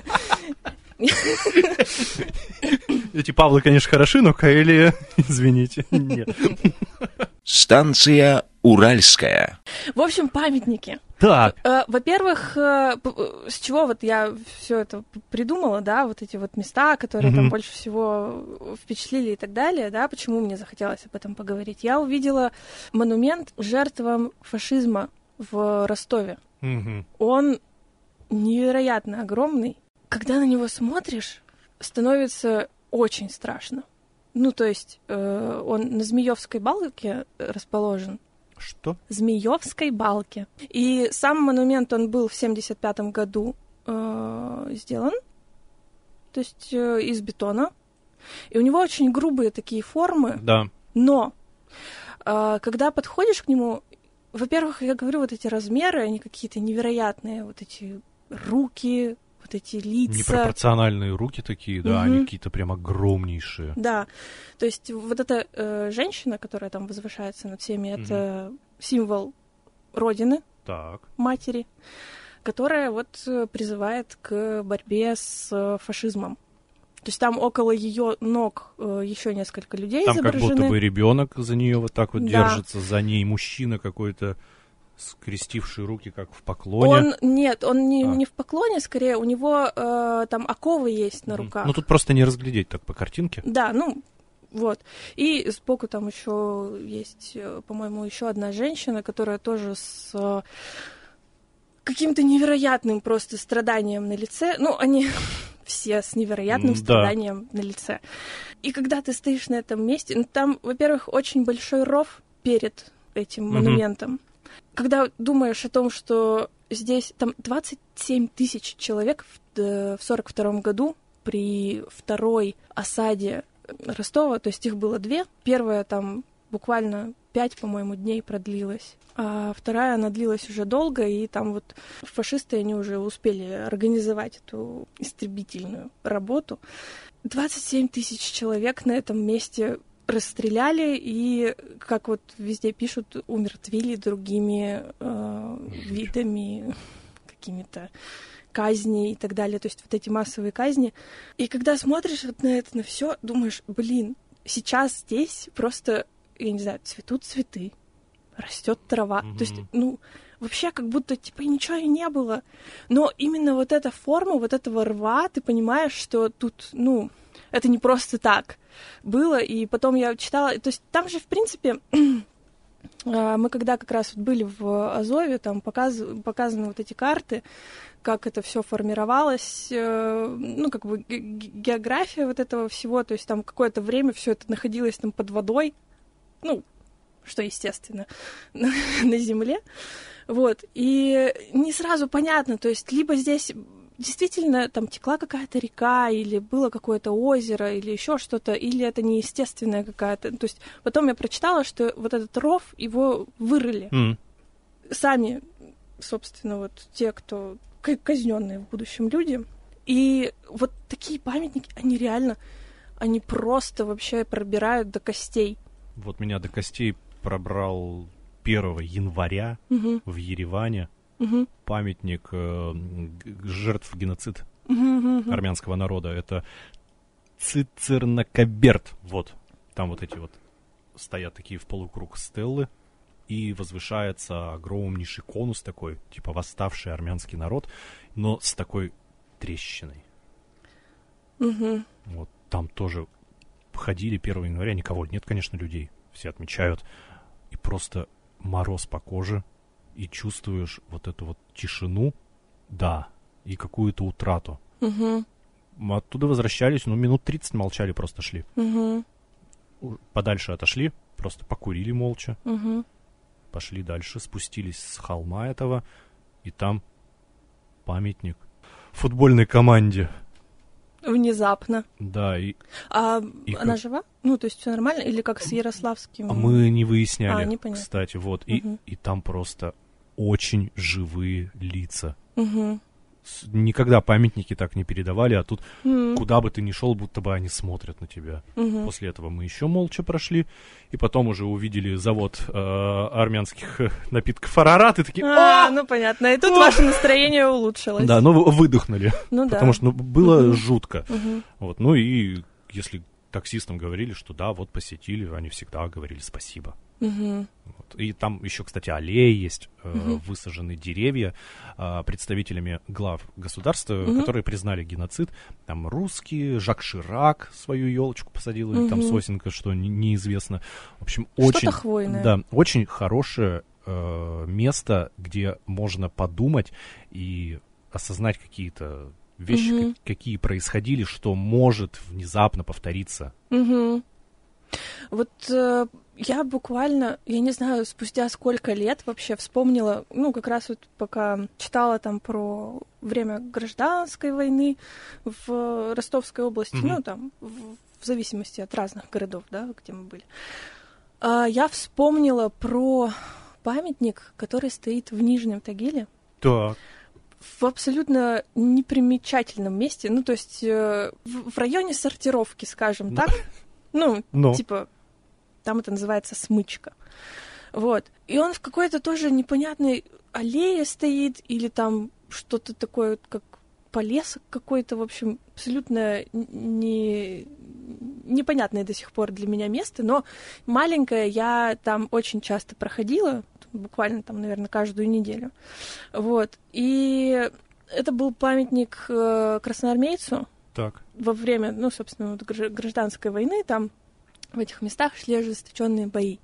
Speaker 1: Эти Павлы, конечно, хороши, но Коэльо, извините, нет.
Speaker 3: Станция Уральская.
Speaker 2: В общем, памятники.
Speaker 1: Так.
Speaker 2: Во-первых, с чего вот я все это придумала, да, вот эти вот места, которые mm-hmm. там больше всего впечатлили и так далее, да, почему мне захотелось об этом поговорить. Я увидела монумент жертвам фашизма в Ростове. Mm-hmm. Он невероятно огромный. Когда на него смотришь, становится очень страшно. Ну, то есть э, он на Змеёвской балке расположен.
Speaker 1: Что?
Speaker 2: Змеёвской балке. И сам монумент, он был в семьдесят пятом году э, сделан, то есть э, из бетона. И у него очень грубые такие формы.
Speaker 1: Да.
Speaker 2: Но э, когда подходишь к нему, во-первых, я говорю, вот эти размеры, они какие-то невероятные, вот эти руки, вот эти лица.
Speaker 1: Непропорциональные руки такие, да, угу. Они какие-то прям огромнейшие.
Speaker 2: Да, то есть вот эта э, женщина, которая там возвышается над всеми, угу. это символ родины,
Speaker 1: так.
Speaker 2: матери, которая вот призывает к борьбе с фашизмом. То есть там около ее ног э, еще несколько людей
Speaker 1: там
Speaker 2: изображены.
Speaker 1: Там как будто бы ребенок за нее вот так вот
Speaker 2: да.
Speaker 1: держится, за ней мужчина какой-то, скрестивший руки, как в поклоне.
Speaker 2: Он, нет, он не,
Speaker 1: а.
Speaker 2: не в поклоне, скорее, у него э, там оковы есть на руках.
Speaker 1: Ну, тут просто не разглядеть так по картинке.
Speaker 2: Да, ну, вот. И сбоку там еще есть, по-моему, еще одна женщина, которая тоже с э, каким-то невероятным просто страданием на лице. Ну, они все с невероятным
Speaker 1: да.
Speaker 2: страданием на лице. И когда ты стоишь на этом месте, ну, там, во-первых, очень большой ров перед этим монументом. Mm-hmm. Когда думаешь о том, что здесь там двадцать семь тысяч человек в сорок втором году при второй осаде Ростова, то есть их было две. Первая там буквально пять, по-моему, дней продлилась, а вторая, она длилась уже долго, и там вот фашисты, они уже успели организовать эту истребительную работу. двадцать семь тысяч человек на этом месте расстреляли и, как вот везде пишут, умертвили другими э, видами, какими-то казни и так далее. То есть вот эти массовые казни. И когда смотришь вот на это, на все, думаешь, блин, сейчас здесь просто, я не знаю, цветут цветы, растет трава. Mm-hmm. То есть, ну, вообще как будто, типа, ничего и не было. Но именно вот эта форма, вот этого рва, ты понимаешь, что тут, ну, это не просто так было. И потом я читала... То есть там же, в принципе, мы когда как раз были в Азове, там показ... показаны вот эти карты, как это все формировалось, ну, как бы география вот этого всего. То есть там какое-то время все это находилось там под водой, ну, что естественно, на, на земле. Вот. И не сразу понятно, то есть либо здесь действительно там текла какая-то река, или было какое-то озеро, или еще что-то, или это неестественная какая-то. То есть потом я прочитала, что вот этот ров, его вырыли. Mm. Сами, собственно, вот те, кто казненные в будущем люди. И вот такие памятники, они реально, они просто вообще пробирают до костей.
Speaker 1: Вот меня до костей пробрал первого января угу. в Ереване угу. памятник э, жертв геноцида угу, угу. армянского народа. Это Цицернакаберт. Вот. Там вот эти вот стоят такие в полукруг стеллы, и возвышается огромнейший конус такой, типа восставший армянский народ, но с такой трещиной.
Speaker 2: Угу.
Speaker 1: Вот там тоже ходили первого января, никого нет, конечно, людей. Все отмечают. И просто мороз по коже, и чувствуешь вот эту вот тишину, да, и какую-то утрату.
Speaker 2: Угу.
Speaker 1: Мы оттуда возвращались, ну, минут тридцать молчали, просто шли.
Speaker 2: Угу.
Speaker 1: Подальше отошли, просто покурили молча.
Speaker 2: Угу.
Speaker 1: Пошли дальше, спустились с холма этого, и там памятник футбольной команде.
Speaker 2: Внезапно.
Speaker 1: Да, и...
Speaker 2: А
Speaker 1: и
Speaker 2: она
Speaker 1: как...
Speaker 2: жива? Ну, то есть все нормально? Или как с Ярославским?
Speaker 1: А мы не выясняли,
Speaker 2: а, не
Speaker 1: кстати, вот.
Speaker 2: Угу.
Speaker 1: И, и там просто очень живые лица.
Speaker 2: Угу.
Speaker 1: Никогда памятники так не передавали, а тут
Speaker 2: mm.
Speaker 1: куда бы ты ни шел, будто бы они смотрят на тебя.
Speaker 2: Mm-hmm.
Speaker 1: После этого мы еще молча прошли, и потом уже увидели завод э, армянских напитков Арарат, и такие...
Speaker 2: А, ну понятно, и тут О! ваше настроение улучшилось.
Speaker 1: Да, ну выдохнули,
Speaker 2: ну,
Speaker 1: потому
Speaker 2: да.
Speaker 1: что ну, было
Speaker 2: mm-hmm.
Speaker 1: жутко.
Speaker 2: Mm-hmm.
Speaker 1: Вот, ну и если таксистам говорили, что да, вот посетили, они всегда говорили спасибо.
Speaker 2: Mm-hmm.
Speaker 1: Вот. И там еще, кстати, аллеи есть, э,
Speaker 2: uh-huh.
Speaker 1: высажены деревья э, представителями глав государства, uh-huh. которые признали геноцид. Там русские, Жак Ширак свою елочку посадил, uh-huh. или там сосенка, что не, неизвестно. В общем,
Speaker 2: Что-то
Speaker 1: очень,
Speaker 2: хвойное.
Speaker 1: Да, очень хорошее э, место, где можно подумать и осознать какие-то вещи,
Speaker 2: Мгм.
Speaker 1: как- какие происходили, что может внезапно повториться.
Speaker 2: Мгм. Вот э, я буквально, я не знаю, спустя сколько лет вообще вспомнила, ну, как раз вот пока читала там про время гражданской войны в Ростовской области,
Speaker 1: Мгм.
Speaker 2: ну, там, в, в зависимости от разных городов, да, где мы были. А, я вспомнила про памятник, который стоит в Нижнем Тагиле,
Speaker 1: Так.
Speaker 2: в абсолютно непримечательном месте, ну, то есть э, в, в районе сортировки, скажем
Speaker 1: Ну.
Speaker 2: так. Ну,
Speaker 1: Ну.
Speaker 2: типа, там это называется смычка. Вот. И он в какой-то тоже непонятной аллее стоит, или там что-то такое, как полесок какой-то, в общем, абсолютно не... непонятное до сих пор для меня место, но маленькое, я там очень часто проходила, буквально там, наверное, каждую неделю. Вот. И это был памятник э, красноармейцу,
Speaker 1: Так.
Speaker 2: во время, ну, собственно, вот гражд- гражданской войны там в этих местах шли ожесточенные бои.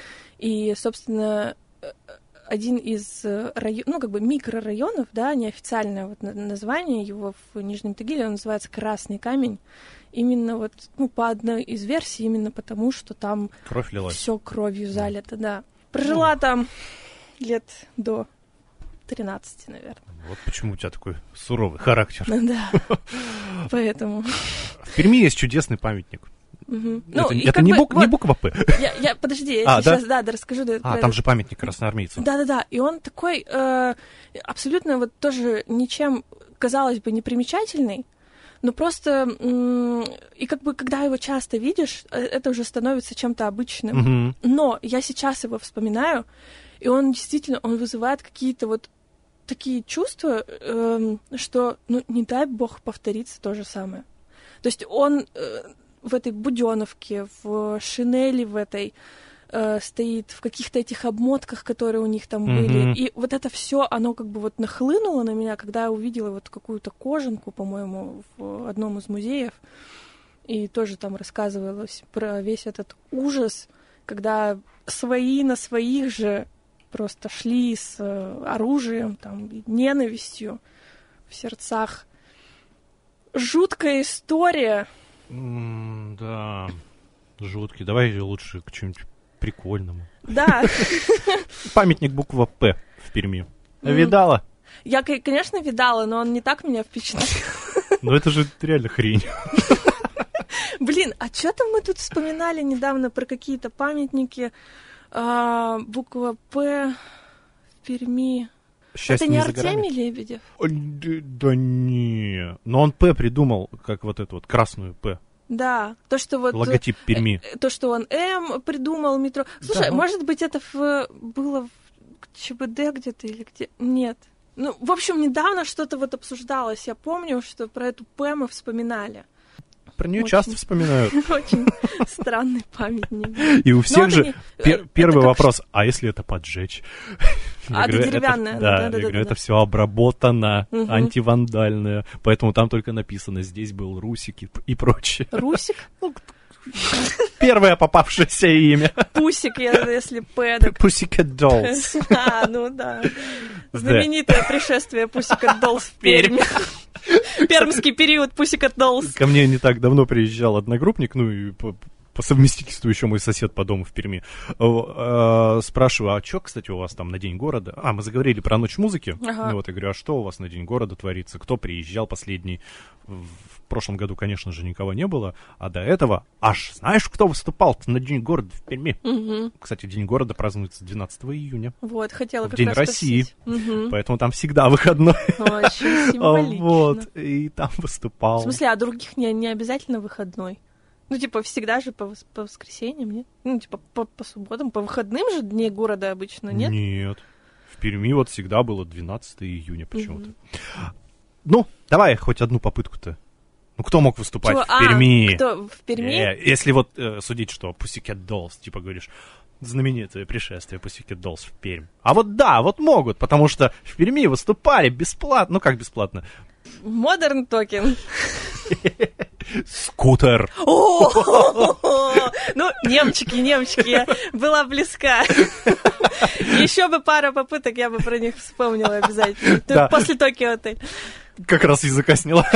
Speaker 2: И, собственно, э, один из районов, ну, как бы микрорайонов, да, неофициальное вот на- название его в Нижнем Тагиле, он называется Красный камень. Именно вот, ну, по одной из версий, именно потому, что там
Speaker 1: Кровь лилась.
Speaker 2: все кровью залито, да. Прожила там лет до тринадцати, наверное.
Speaker 1: Вот почему у тебя такой суровый характер.
Speaker 2: Да, поэтому...
Speaker 1: В Перми есть чудесный памятник.
Speaker 2: Мгм.
Speaker 1: Это,
Speaker 2: Ну, и
Speaker 1: это
Speaker 2: как
Speaker 1: не,
Speaker 2: бы
Speaker 1: бук- не
Speaker 2: вот
Speaker 1: буква П.
Speaker 2: Я, я, подожди, я
Speaker 1: А, да?
Speaker 2: сейчас, да, да, расскажу. Да,
Speaker 1: А,
Speaker 2: про
Speaker 1: там
Speaker 2: это.
Speaker 1: же памятник красноармейцу.
Speaker 2: Да-да-да, и он такой э, абсолютно вот тоже ничем, казалось бы, непримечательный, но просто, м- и как бы, когда его часто видишь, э, это уже становится чем-то обычным.
Speaker 1: Мгм.
Speaker 2: Но я сейчас его вспоминаю, и он действительно, он вызывает какие-то вот такие чувства, эм, что, ну, не дай бог повторится то же самое. То есть он э, в этой буденовке, в шинели в этой э, стоит, в каких-то этих обмотках, которые у них там
Speaker 1: Мгм.
Speaker 2: были. И вот это все, оно как бы вот нахлынуло на меня, когда я увидела вот какую-то кожанку, по-моему, в одном из музеев. И тоже там рассказывалось про весь этот ужас, когда свои на своих же просто шли с э, оружием, там, и ненавистью в сердцах. Жуткая история.
Speaker 1: М, Да, жуткий. Давай лучше к чему-нибудь прикольному.
Speaker 2: Да,
Speaker 1: Памятник буква П в Перми.
Speaker 2: Мгм.
Speaker 1: Видала?
Speaker 2: я, к- конечно, видала, но он не так меня впечатлил.
Speaker 1: Ну это же реально хрень.
Speaker 2: Блин, а что там мы тут вспоминали недавно про какие-то памятники? А, буква П в Перми.
Speaker 1: Счастье
Speaker 2: Это не
Speaker 1: за горами.
Speaker 2: Артемий Лебедев?
Speaker 1: Ой, д- Да не. Но он П придумал, как вот эту вот красную П.
Speaker 2: Да, то, что вот...
Speaker 1: Логотип Перми.
Speaker 2: э, То, что он М придумал, метро. Слушай,
Speaker 1: Да, ну-
Speaker 2: может быть, это в... было в ЧБД где-то или где? Нет. Ну, в общем, недавно что-то вот обсуждалось. Я помню, что про эту П мы вспоминали.
Speaker 1: Про нее
Speaker 2: очень.
Speaker 1: часто вспоминают.
Speaker 2: Очень странный памятник.
Speaker 1: И у всех
Speaker 2: это
Speaker 1: же
Speaker 2: не-
Speaker 1: пер-
Speaker 2: это
Speaker 1: первый
Speaker 2: как
Speaker 1: вопрос, а если это поджечь? Я
Speaker 2: А, это
Speaker 1: говорю,
Speaker 2: деревянное,
Speaker 1: Да,
Speaker 2: да, да,
Speaker 1: я
Speaker 2: да,
Speaker 1: говорю,
Speaker 2: да,
Speaker 1: это
Speaker 2: да.
Speaker 1: все обработано,
Speaker 2: Мгм.
Speaker 1: антивандальное, поэтому там только написано, здесь был Русик и, и прочее.
Speaker 2: Русик?
Speaker 1: Первое попавшееся имя.
Speaker 2: Пусик, я- если П, так...
Speaker 1: Pussycat Dolls.
Speaker 2: А, ну да. Знаменитое пришествие Pussycat Dolls в Пермь. Пермский период Pussycat Dolls.
Speaker 1: Ко мне не так давно приезжал одногруппник, ну и по, по совместительству еще мой сосед по дому в Перми. Э, Спрашиваю, а что, кстати, у вас там на День города? А, мы заговорили про Ночь музыки.
Speaker 2: Ага.
Speaker 1: Ну вот, я говорю, а что у вас на День города творится? Кто приезжал последний? В прошлом году, конечно же, никого не было. А до этого, аж знаешь, кто выступал на День города в Перми?
Speaker 2: Мгм.
Speaker 1: Кстати, День города празднуется двенадцатого июня.
Speaker 2: Вот, хотела
Speaker 1: В
Speaker 2: как
Speaker 1: День
Speaker 2: раз
Speaker 1: России.
Speaker 2: спросить. Мгм.
Speaker 1: Поэтому там всегда выходной.
Speaker 2: Очень символично.
Speaker 1: Вот, и там выступал.
Speaker 2: В смысле, а других не, не обязательно выходной? Ну, типа, всегда же по, вос- по воскресеньям, нет? Ну, типа, по, по субботам, по выходным же дней города обычно, нет?
Speaker 1: Нет. В Перми вот всегда было двенадцатого июня почему-то.
Speaker 2: Мгм.
Speaker 1: Ну, давай хоть одну попытку-то. Ну, кто мог выступать
Speaker 2: Чего?
Speaker 1: в
Speaker 2: А,
Speaker 1: Перми?
Speaker 2: кто в Перми?
Speaker 1: Э, если вот э, судить, что Pussycat Dolls, типа говоришь, знаменитое пришествие Pussycat Dolls в Пермь. А вот да, вот могут, потому что в Перми выступали бесплатно. Ну, как бесплатно?
Speaker 2: Модерн токен.
Speaker 1: Скутер.
Speaker 2: О, ну, немчики, немчики, я была близка. Еще бы пара попыток, я бы про них вспомнила обязательно.
Speaker 1: Да.
Speaker 2: После Токио-то.
Speaker 1: Как раз языка сняла.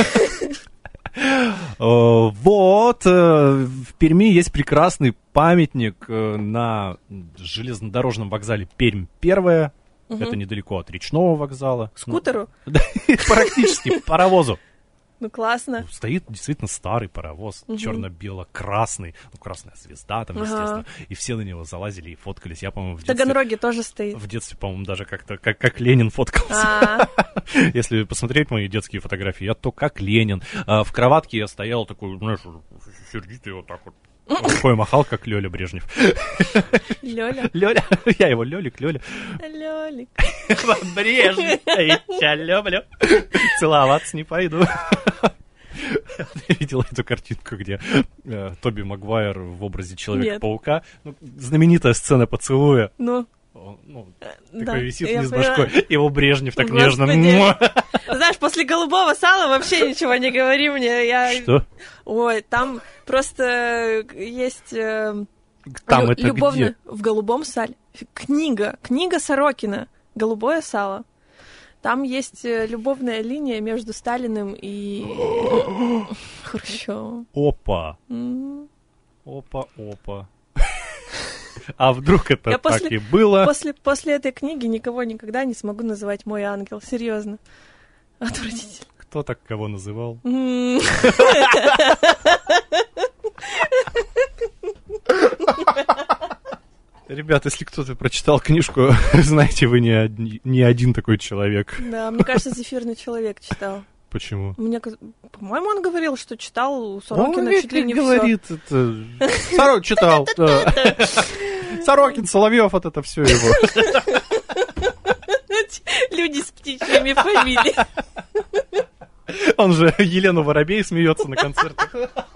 Speaker 1: Вот, в Перми есть прекрасный памятник на железнодорожном вокзале Пермь-Первая. Это недалеко от речного вокзала.
Speaker 2: Скутеру?
Speaker 1: Да, практически, паровозу.
Speaker 2: Ну, классно.
Speaker 1: Стоит действительно старый паровоз,
Speaker 2: Мгм.
Speaker 1: черно-бело-красный, ну, красная звезда там,
Speaker 2: Ага.
Speaker 1: естественно, и все на него залазили и фоткались. Я, по-моему, в
Speaker 2: В
Speaker 1: детстве,
Speaker 2: Таганроге тоже стоит.
Speaker 1: в детстве, по-моему, даже как-то, как, как Ленин фоткался.
Speaker 2: А,
Speaker 1: Если посмотреть мои детские фотографии, я то как Ленин. А в кроватке я стоял такой, знаешь, сердитый вот так вот. Рукой махал, как Лёля Брежнев.
Speaker 2: Лёля.
Speaker 1: Лёля, я его Лёлик, Лёля.
Speaker 2: Лёлик.
Speaker 1: Брежнев, я тебя люблю. Целоваться не пойду. Ты видела эту картинку, где э, Тоби Магуайр в образе Человека-паука? Ну, знаменитая сцена поцелуя.
Speaker 2: Ну,
Speaker 1: Он, ну,
Speaker 2: да.
Speaker 1: такой висит
Speaker 2: Я
Speaker 1: вниз
Speaker 2: поняла.
Speaker 1: башкой. Его Брежнев так
Speaker 2: Господи.
Speaker 1: нежно. Муа.
Speaker 2: Знаешь, после голубого сала вообще ничего не говори мне. Я...
Speaker 1: Что?
Speaker 2: Ой, там просто есть... э,
Speaker 1: Там
Speaker 2: лю-
Speaker 1: это
Speaker 2: любовно...
Speaker 1: где?
Speaker 2: В голубом сале. Книга. Книга Сорокина. «Голубое сало». Там есть э, любовная линия между Сталиным и Хрущевым.
Speaker 1: Опа.
Speaker 2: М.
Speaker 1: Опа, опа. А вдруг это
Speaker 2: Я
Speaker 1: так
Speaker 2: после-
Speaker 1: и было?
Speaker 2: После, после этой книги никого никогда не смогу называть мой ангел. Серьезно. Отвратительно.
Speaker 1: Кто так кого называл?
Speaker 2: М.
Speaker 1: Ребят, если кто-то прочитал книжку, знаете, вы не, одни- не один такой человек.
Speaker 2: Да, мне кажется, «Зефирный человек» читал.
Speaker 1: Почему?
Speaker 2: Мне, каз- по-моему, он говорил, что читал у Сорокина
Speaker 1: Он
Speaker 2: чуть ли не
Speaker 1: говорит, это... Сорок читал. да. Сорокин, Соловьев, вот это все его.
Speaker 2: все. Люди с птичьими фамилиями.
Speaker 1: Он же Елену Воробей смеется на концертах.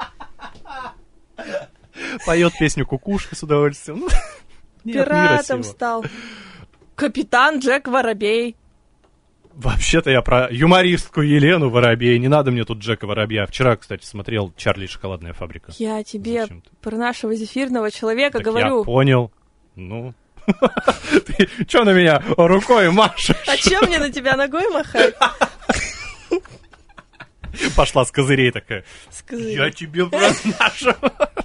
Speaker 1: Поет песню «Кукушка» с удовольствием. Ну, нет мира
Speaker 2: Пиратом
Speaker 1: сего.
Speaker 2: стал. Капитан Джек Воробей.
Speaker 1: Вообще-то я про юмористку Елену Воробей. Не надо мне тут Джека Воробья. Вчера, кстати, смотрел «Чарли и шоколадная фабрика».
Speaker 2: Я тебе
Speaker 1: Зачем-то.
Speaker 2: про нашего зефирного человека
Speaker 1: Так
Speaker 2: говорю.
Speaker 1: я понял. Ну... Ты чё на меня рукой машешь?
Speaker 2: А чем мне на тебя ногой махать?
Speaker 1: Пошла с козырей такая.
Speaker 2: Скажи.
Speaker 1: Я тебе про нашу.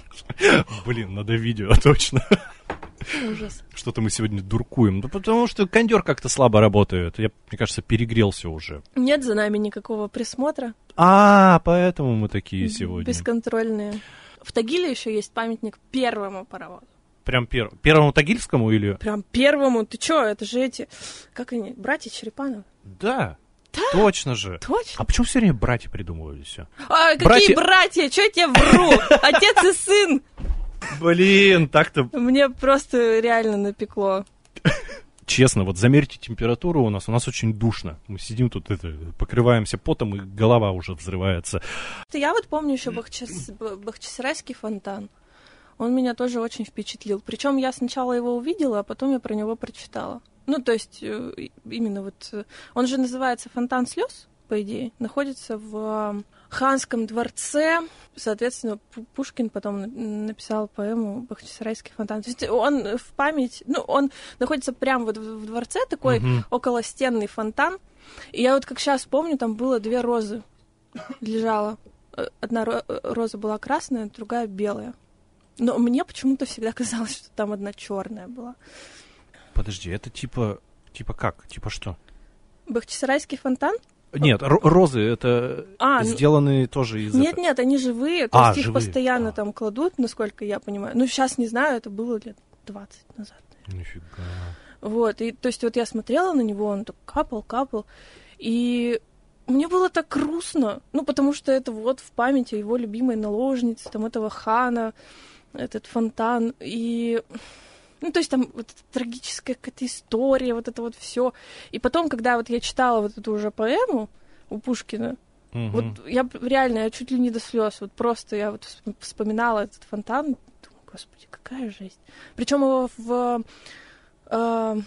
Speaker 1: Блин, надо видео, точно.
Speaker 2: Ужас.
Speaker 1: Что-то мы сегодня дуркуем. Ну, потому что кондер как-то слабо работает. Я, мне кажется, перегрелся уже.
Speaker 2: Нет за нами никакого присмотра.
Speaker 1: А, поэтому мы такие сегодня.
Speaker 2: Бесконтрольные. В Тагиле еще есть памятник первому паровозу.
Speaker 1: Прям пер... первому Тагильскому или...
Speaker 2: Прям первому. Ты чё, это же эти... Как они? Братья Черепановы?
Speaker 1: Да, точно же.
Speaker 2: Точно?
Speaker 1: А почему все время братья придумывали все?
Speaker 2: А, какие
Speaker 1: братья-
Speaker 2: братья? Чё я тебе вру? Отец и сын!
Speaker 1: Блин, так-то...
Speaker 2: Мне просто реально напекло.
Speaker 1: Честно, вот замерьте температуру у нас. У нас очень душно. Мы сидим тут, это, покрываемся потом, и голова уже взрывается.
Speaker 2: Я вот помню еще Бахчис- Б- Бахчисарайский фонтан. Он меня тоже очень впечатлил. Причем я сначала его увидела, а потом я про него прочитала. Ну, то есть, э, именно вот... э, Он же называется «Фонтан слез», по идее. Находится в э, Ханском дворце. Соответственно, Пу- Пушкин потом на- написал поэму «Бахчисарайский фонтан». То есть он в память... Ну, он находится прямо вот в в дворце, такой
Speaker 1: Мгм.
Speaker 2: околостенный фонтан. И я вот как сейчас помню, там было две розы лежала. Э, Одна ро- э, роза была красная, другая белая. Но мне почему-то всегда казалось, что там одна черная была.
Speaker 1: Подожди, это типа... Типа как? Типа что?
Speaker 2: Бахчисарайский фонтан?
Speaker 1: Нет, ро- розы это
Speaker 2: А, ну-
Speaker 1: сделаны тоже из...
Speaker 2: Нет,
Speaker 1: этого.
Speaker 2: нет, они живые, то
Speaker 1: А,
Speaker 2: есть их
Speaker 1: живые.
Speaker 2: постоянно
Speaker 1: А.
Speaker 2: там кладут, насколько я понимаю. Ну, сейчас не знаю, это было лет двадцать назад.
Speaker 1: Нифига.
Speaker 2: Вот, и то есть вот я смотрела на него, он так капал, капал, и мне было так грустно, ну, потому что это вот в памяти его любимой наложницы, там, этого хана, этот фонтан, и... Ну, то есть там вот эта трагическая какая-то история, вот это вот все. И потом, когда вот я читала вот эту уже поэму у Пушкина,
Speaker 1: Мгм.
Speaker 2: вот я п- реально, я чуть ли не до слез, вот просто я вот всп- вспоминала этот фонтан, думаю, господи, какая жесть. Причем его в... э,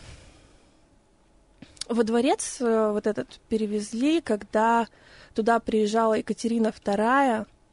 Speaker 2: во дворец э, вот этот перевезли, когда туда приезжала Екатерина вторая,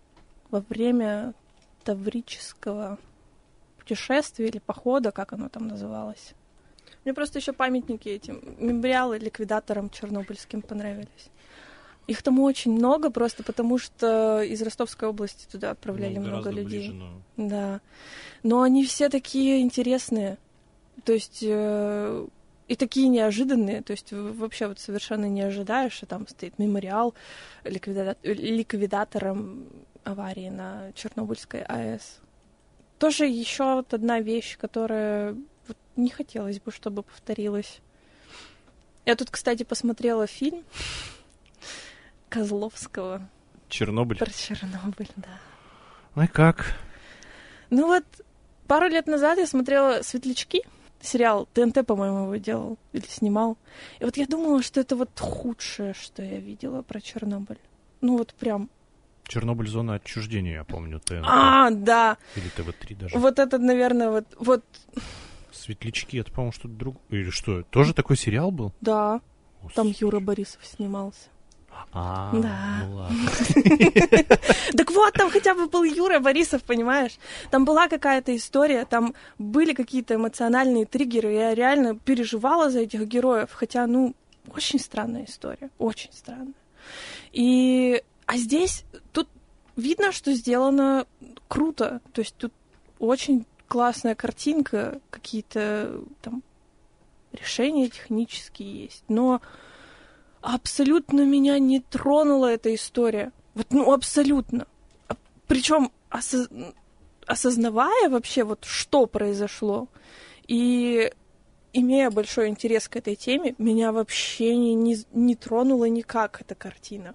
Speaker 2: во время таврического путешествия или похода, как оно там называлось. Мне просто еще памятники этим, мемориалы ликвидаторам чернобыльским понравились. Их там очень много, просто потому что из Ростовской области туда отправляли ну, много людей. Ближе, но... Да. Но они все такие интересные. То есть э, и такие неожиданные. То есть вообще вот совершенно не ожидаешь, что там стоит мемориал ликвида... ликвидаторам аварии на Чернобыльской АЭС. Тоже еще вот одна вещь, которая вот не хотелось бы, чтобы повторилась. Я тут, кстати, посмотрела фильм Козловского.
Speaker 1: Чернобыль?
Speaker 2: Про Чернобыль, да.
Speaker 1: Ну и как?
Speaker 2: Ну вот, пару лет назад я смотрела «Светлячки», сериал, ТНТ, по-моему, его делал или снимал. И вот я думала, что это вот худшее, что я видела про Чернобыль. Ну вот прям...
Speaker 1: Чернобыль — зона отчуждения, я помню, ТНТ.
Speaker 2: А, да.
Speaker 1: Или ТВ-три даже.
Speaker 2: Вот это, наверное, вот... вот...
Speaker 1: «Светлячки» — это, по-моему, что-то другое. Или что? Тоже такой сериал был?
Speaker 2: Да.
Speaker 1: Господи.
Speaker 2: Там Юра Борисов снимался.
Speaker 1: А,
Speaker 2: да.
Speaker 1: Ну ладно.
Speaker 2: Так вот, там хотя бы был Юра Борисов, понимаешь? Там была какая-то история, там были какие-то эмоциональные триггеры, я реально переживала за этих героев, хотя, ну, очень странная история, очень странная. И... А здесь, тут видно, что сделано круто, то есть тут очень классная картинка, какие-то там решения технические есть, но абсолютно меня не тронула эта история. Вот, ну, абсолютно. Причем осоз... осознавая вообще, вот, что произошло, и имея большой интерес к этой теме, меня вообще не, не, не тронула никак эта картина.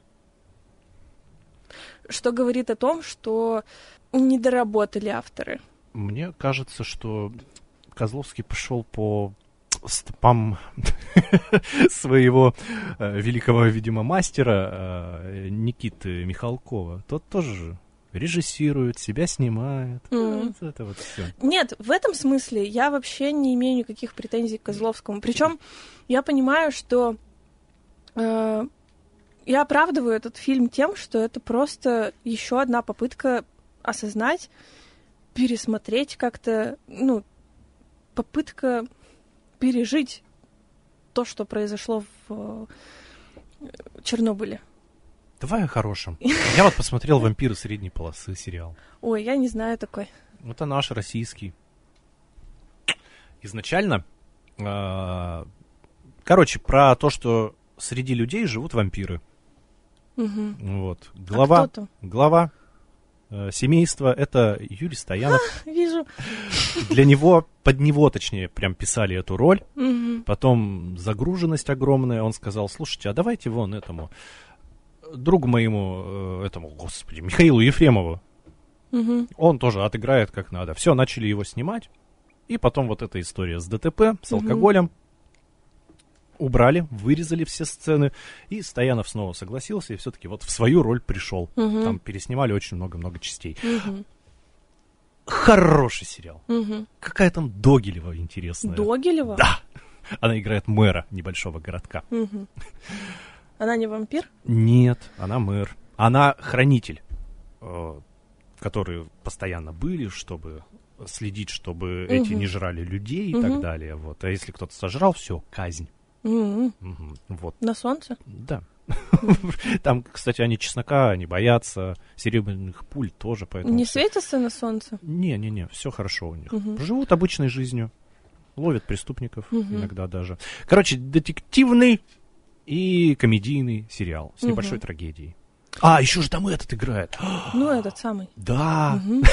Speaker 2: Что говорит о том, что не доработали авторы.
Speaker 1: Мне кажется, что Козловский пошел по стопам своего э, великого, видимо, мастера э, Никиты Михалкова. Тот тоже режиссирует, себя снимает. Mm. Вот это вот все.
Speaker 2: Нет, в этом смысле я вообще не имею никаких претензий к Козловскому. Причем я понимаю, что э, я оправдываю этот фильм тем, что это просто еще одна попытка осознать, пересмотреть как-то, ну, попытка пережить то, что произошло в Чернобыле.
Speaker 1: Давай о хорошем. Я вот посмотрел «Вампиры средней полосы» сериал.
Speaker 2: Ой, я не знаю такой.
Speaker 1: Это наш российский. Изначально, э, короче, про то, что среди людей живут вампиры.
Speaker 2: Угу.
Speaker 1: Вот. Глава,
Speaker 2: а
Speaker 1: глава э, семейства — это Юрий Стоянов.
Speaker 2: А, вижу.
Speaker 1: Для него, под него, точнее, прям писали эту роль.
Speaker 2: Угу.
Speaker 1: Потом загруженность огромная. Он сказал: слушайте, а давайте вон этому другу моему, э, этому, господи, Михаилу Ефремову.
Speaker 2: Угу.
Speaker 1: Он тоже отыграет как надо. Все, начали его снимать. И потом вот эта история с ДТП, с алкоголем. Убрали, вырезали все сцены, и Стоянов снова согласился, и все-таки вот в свою роль пришел.
Speaker 2: Угу.
Speaker 1: Там переснимали очень много-много частей.
Speaker 2: Угу.
Speaker 1: Хороший сериал.
Speaker 2: Угу.
Speaker 1: Какая там Догилева интересная.
Speaker 2: Догилева?
Speaker 1: Да. Она играет мэра небольшого городка.
Speaker 2: Угу. Она не вампир?
Speaker 1: Нет, она мэр. Она хранитель, э, которые постоянно были, чтобы следить, чтобы угу. эти не жрали людей и угу. так далее. Вот. А если кто-то сожрал, все, казнь.
Speaker 2: Mm-hmm.
Speaker 1: Угу, вот.
Speaker 2: На солнце?
Speaker 1: Да. Там, кстати, они чеснока не боятся, серебряных пуль тоже, поэтому...
Speaker 2: Не
Speaker 1: всё.
Speaker 2: светятся на солнце?
Speaker 1: Не-не-не, все хорошо у них.
Speaker 2: Угу.
Speaker 1: Живут обычной жизнью, ловят преступников
Speaker 2: Угу.
Speaker 1: иногда даже. Короче, детективный и комедийный сериал с
Speaker 2: Угу.
Speaker 1: небольшой трагедией. А, еще же там этот играет.
Speaker 2: Ну, этот самый.
Speaker 1: Да.
Speaker 2: Угу.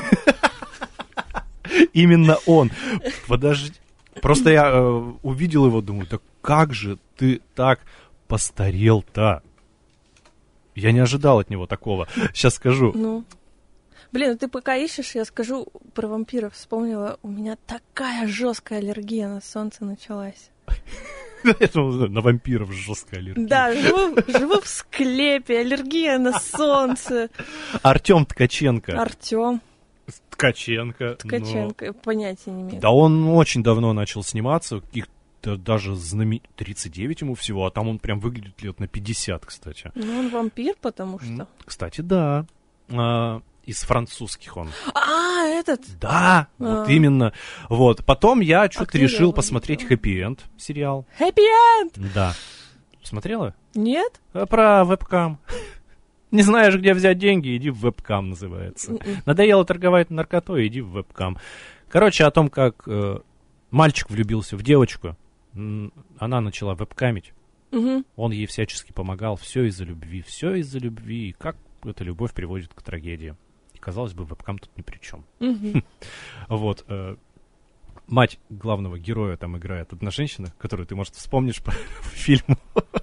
Speaker 1: Именно он. Подожди. Просто я э, увидел его, думаю, да как же ты так постарел-то? Я не ожидал от него такого. Сейчас скажу.
Speaker 2: Ну. Блин, ты пока ищешь, я скажу про вампиров. Вспомнила, у меня такая жесткая аллергия на солнце началась.
Speaker 1: На вампиров жесткая аллергия.
Speaker 2: Да, живу, живу в склепе, аллергия на солнце.
Speaker 1: Артем Ткаченко.
Speaker 2: Артем.
Speaker 1: Ткаченко.
Speaker 2: Ткаченко, но... понятия не имею.
Speaker 1: Да он очень давно начал сниматься, каких-то даже знамен... тридцать девять ему всего, а там он прям выглядит лет на пятьдесят, кстати.
Speaker 2: Ну, он вампир, потому что...
Speaker 1: Кстати, да. А, Из французских он.
Speaker 2: А, этот?
Speaker 1: Да,
Speaker 2: А.
Speaker 1: вот именно. Вот. Потом я что-то
Speaker 2: где я
Speaker 1: решил
Speaker 2: его
Speaker 1: посмотреть
Speaker 2: видела?
Speaker 1: «Хэппи-энд» сериал.
Speaker 2: Happy End!
Speaker 1: Да. Смотрела?
Speaker 2: Нет?
Speaker 1: А, Про вебкам. Не знаешь, где взять деньги, иди в вебкам, называется.
Speaker 2: Мгм.
Speaker 1: Надоело торговать наркотой, иди в вебкам. Короче, о том, как э, мальчик влюбился в девочку, м, она начала вебкамить,
Speaker 2: Мгм.
Speaker 1: он ей всячески помогал, все из-за любви, все из-за любви, и как эта любовь приводит к трагедии. И, казалось бы, вебкам тут ни при чем.
Speaker 2: Мгм.
Speaker 1: Вот. э, Мать главного героя там играет одна женщина, которую ты, может, вспомнишь по фильму.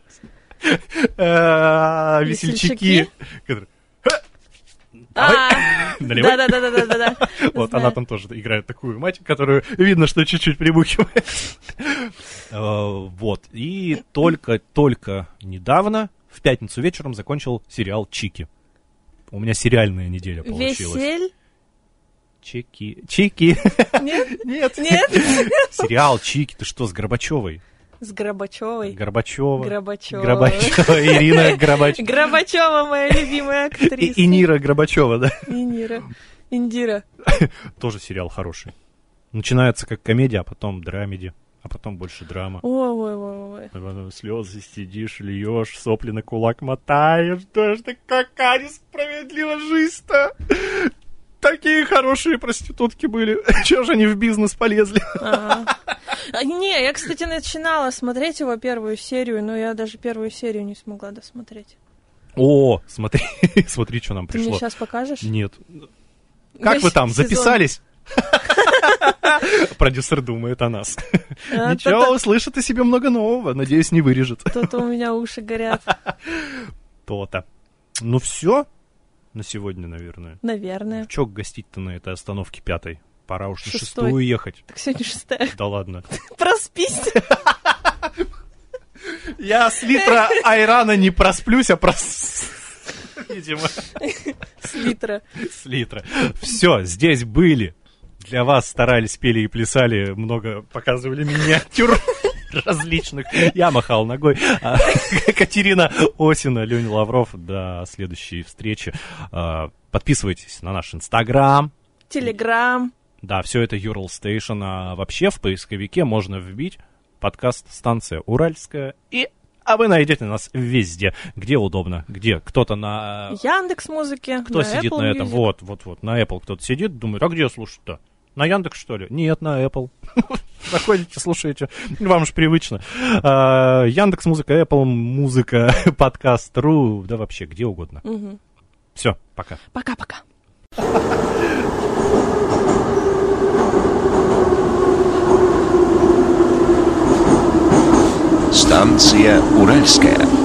Speaker 1: Э, Весельчаки. Которые,
Speaker 2: А,
Speaker 1: наливай.
Speaker 2: Да-да-да-да-да-да.
Speaker 1: Вот она там тоже играет такую мать, которую видно, что чуть-чуть прибухивает. Э, Вот. И только-только недавно, в пятницу вечером, закончил сериал «Чики». У меня сериальная неделя получилась.
Speaker 2: Весель?
Speaker 1: Чики. Чики.
Speaker 2: Нет?
Speaker 1: Нет.
Speaker 2: Нет?
Speaker 1: Сериал «Чики». Ты что, с Горбачевой?
Speaker 2: С Горбачевой.
Speaker 1: Горбачева.
Speaker 2: Гробачева.
Speaker 1: Горбачева. Ирина Горбачева.
Speaker 2: Горбачева, моя любимая
Speaker 1: И,
Speaker 2: актриса.
Speaker 1: и Нира Горбачева, да?
Speaker 2: И Нира. Индира.
Speaker 1: Тоже сериал хороший. Начинается как комедия, а потом драмеди, а потом больше драма.
Speaker 2: Ой-ой-ой.
Speaker 1: Слезы сидишь, льешь, сопли на кулак мотаешь. Да ж ты какая несправедлива жизнь-то! Такие хорошие проститутки были. Чего же они в бизнес полезли?
Speaker 2: Ага. А, Не, я, кстати, начинала смотреть его первую серию, но я даже первую серию не смогла досмотреть.
Speaker 1: О, смотри, смотри, что нам
Speaker 2: Ты мне
Speaker 1: пришло.
Speaker 2: сейчас покажешь?
Speaker 1: Нет. Как вы там,
Speaker 2: Сезон.
Speaker 1: записались? Продюсер думает о нас.
Speaker 2: А,
Speaker 1: Ничего,
Speaker 2: то-то-
Speaker 1: услышит о себе много нового. Надеюсь, не вырежет.
Speaker 2: То-то у меня уши горят.
Speaker 1: То-то. Ну все на сегодня, наверное.
Speaker 2: Наверное.
Speaker 1: Че гостить-то на этой остановке пятой? Пора уж на
Speaker 2: Шестой.
Speaker 1: шестую ехать.
Speaker 2: Так сегодня шестая.
Speaker 1: Да ладно.
Speaker 2: Проспись.
Speaker 1: Я с литра айрана не просплюсь, а прос... Видимо,
Speaker 2: С литра.
Speaker 1: с литра. Все, здесь были. Для вас старались, пели и плясали, много показывали миниатюр различных. Я махал ногой. А, Катерина Осина, Леня Лавров. До следующей встречи. А, Подписывайтесь на наш Инстаграм.
Speaker 2: Телеграм.
Speaker 1: Да, все это Ural Station. А вообще в поисковике можно вбить подкаст «Станция Уральская». И а вы найдете нас везде, где удобно. Где кто-то на...
Speaker 2: Яндекс музыки.
Speaker 1: Кто сидит на этом? Вот, вот, вот. На Apple кто-то сидит, думает, а где слушать-то? На Яндекс, что ли? Нет, на Apple. Заходите, слушаете. Вам же привычно. А, Яндекс Музыка, Apple Музыка, подкаст точка ру, да вообще где угодно.
Speaker 2: Мгм.
Speaker 1: Все, пока.
Speaker 2: Пока-пока.
Speaker 3: Станция Уральская.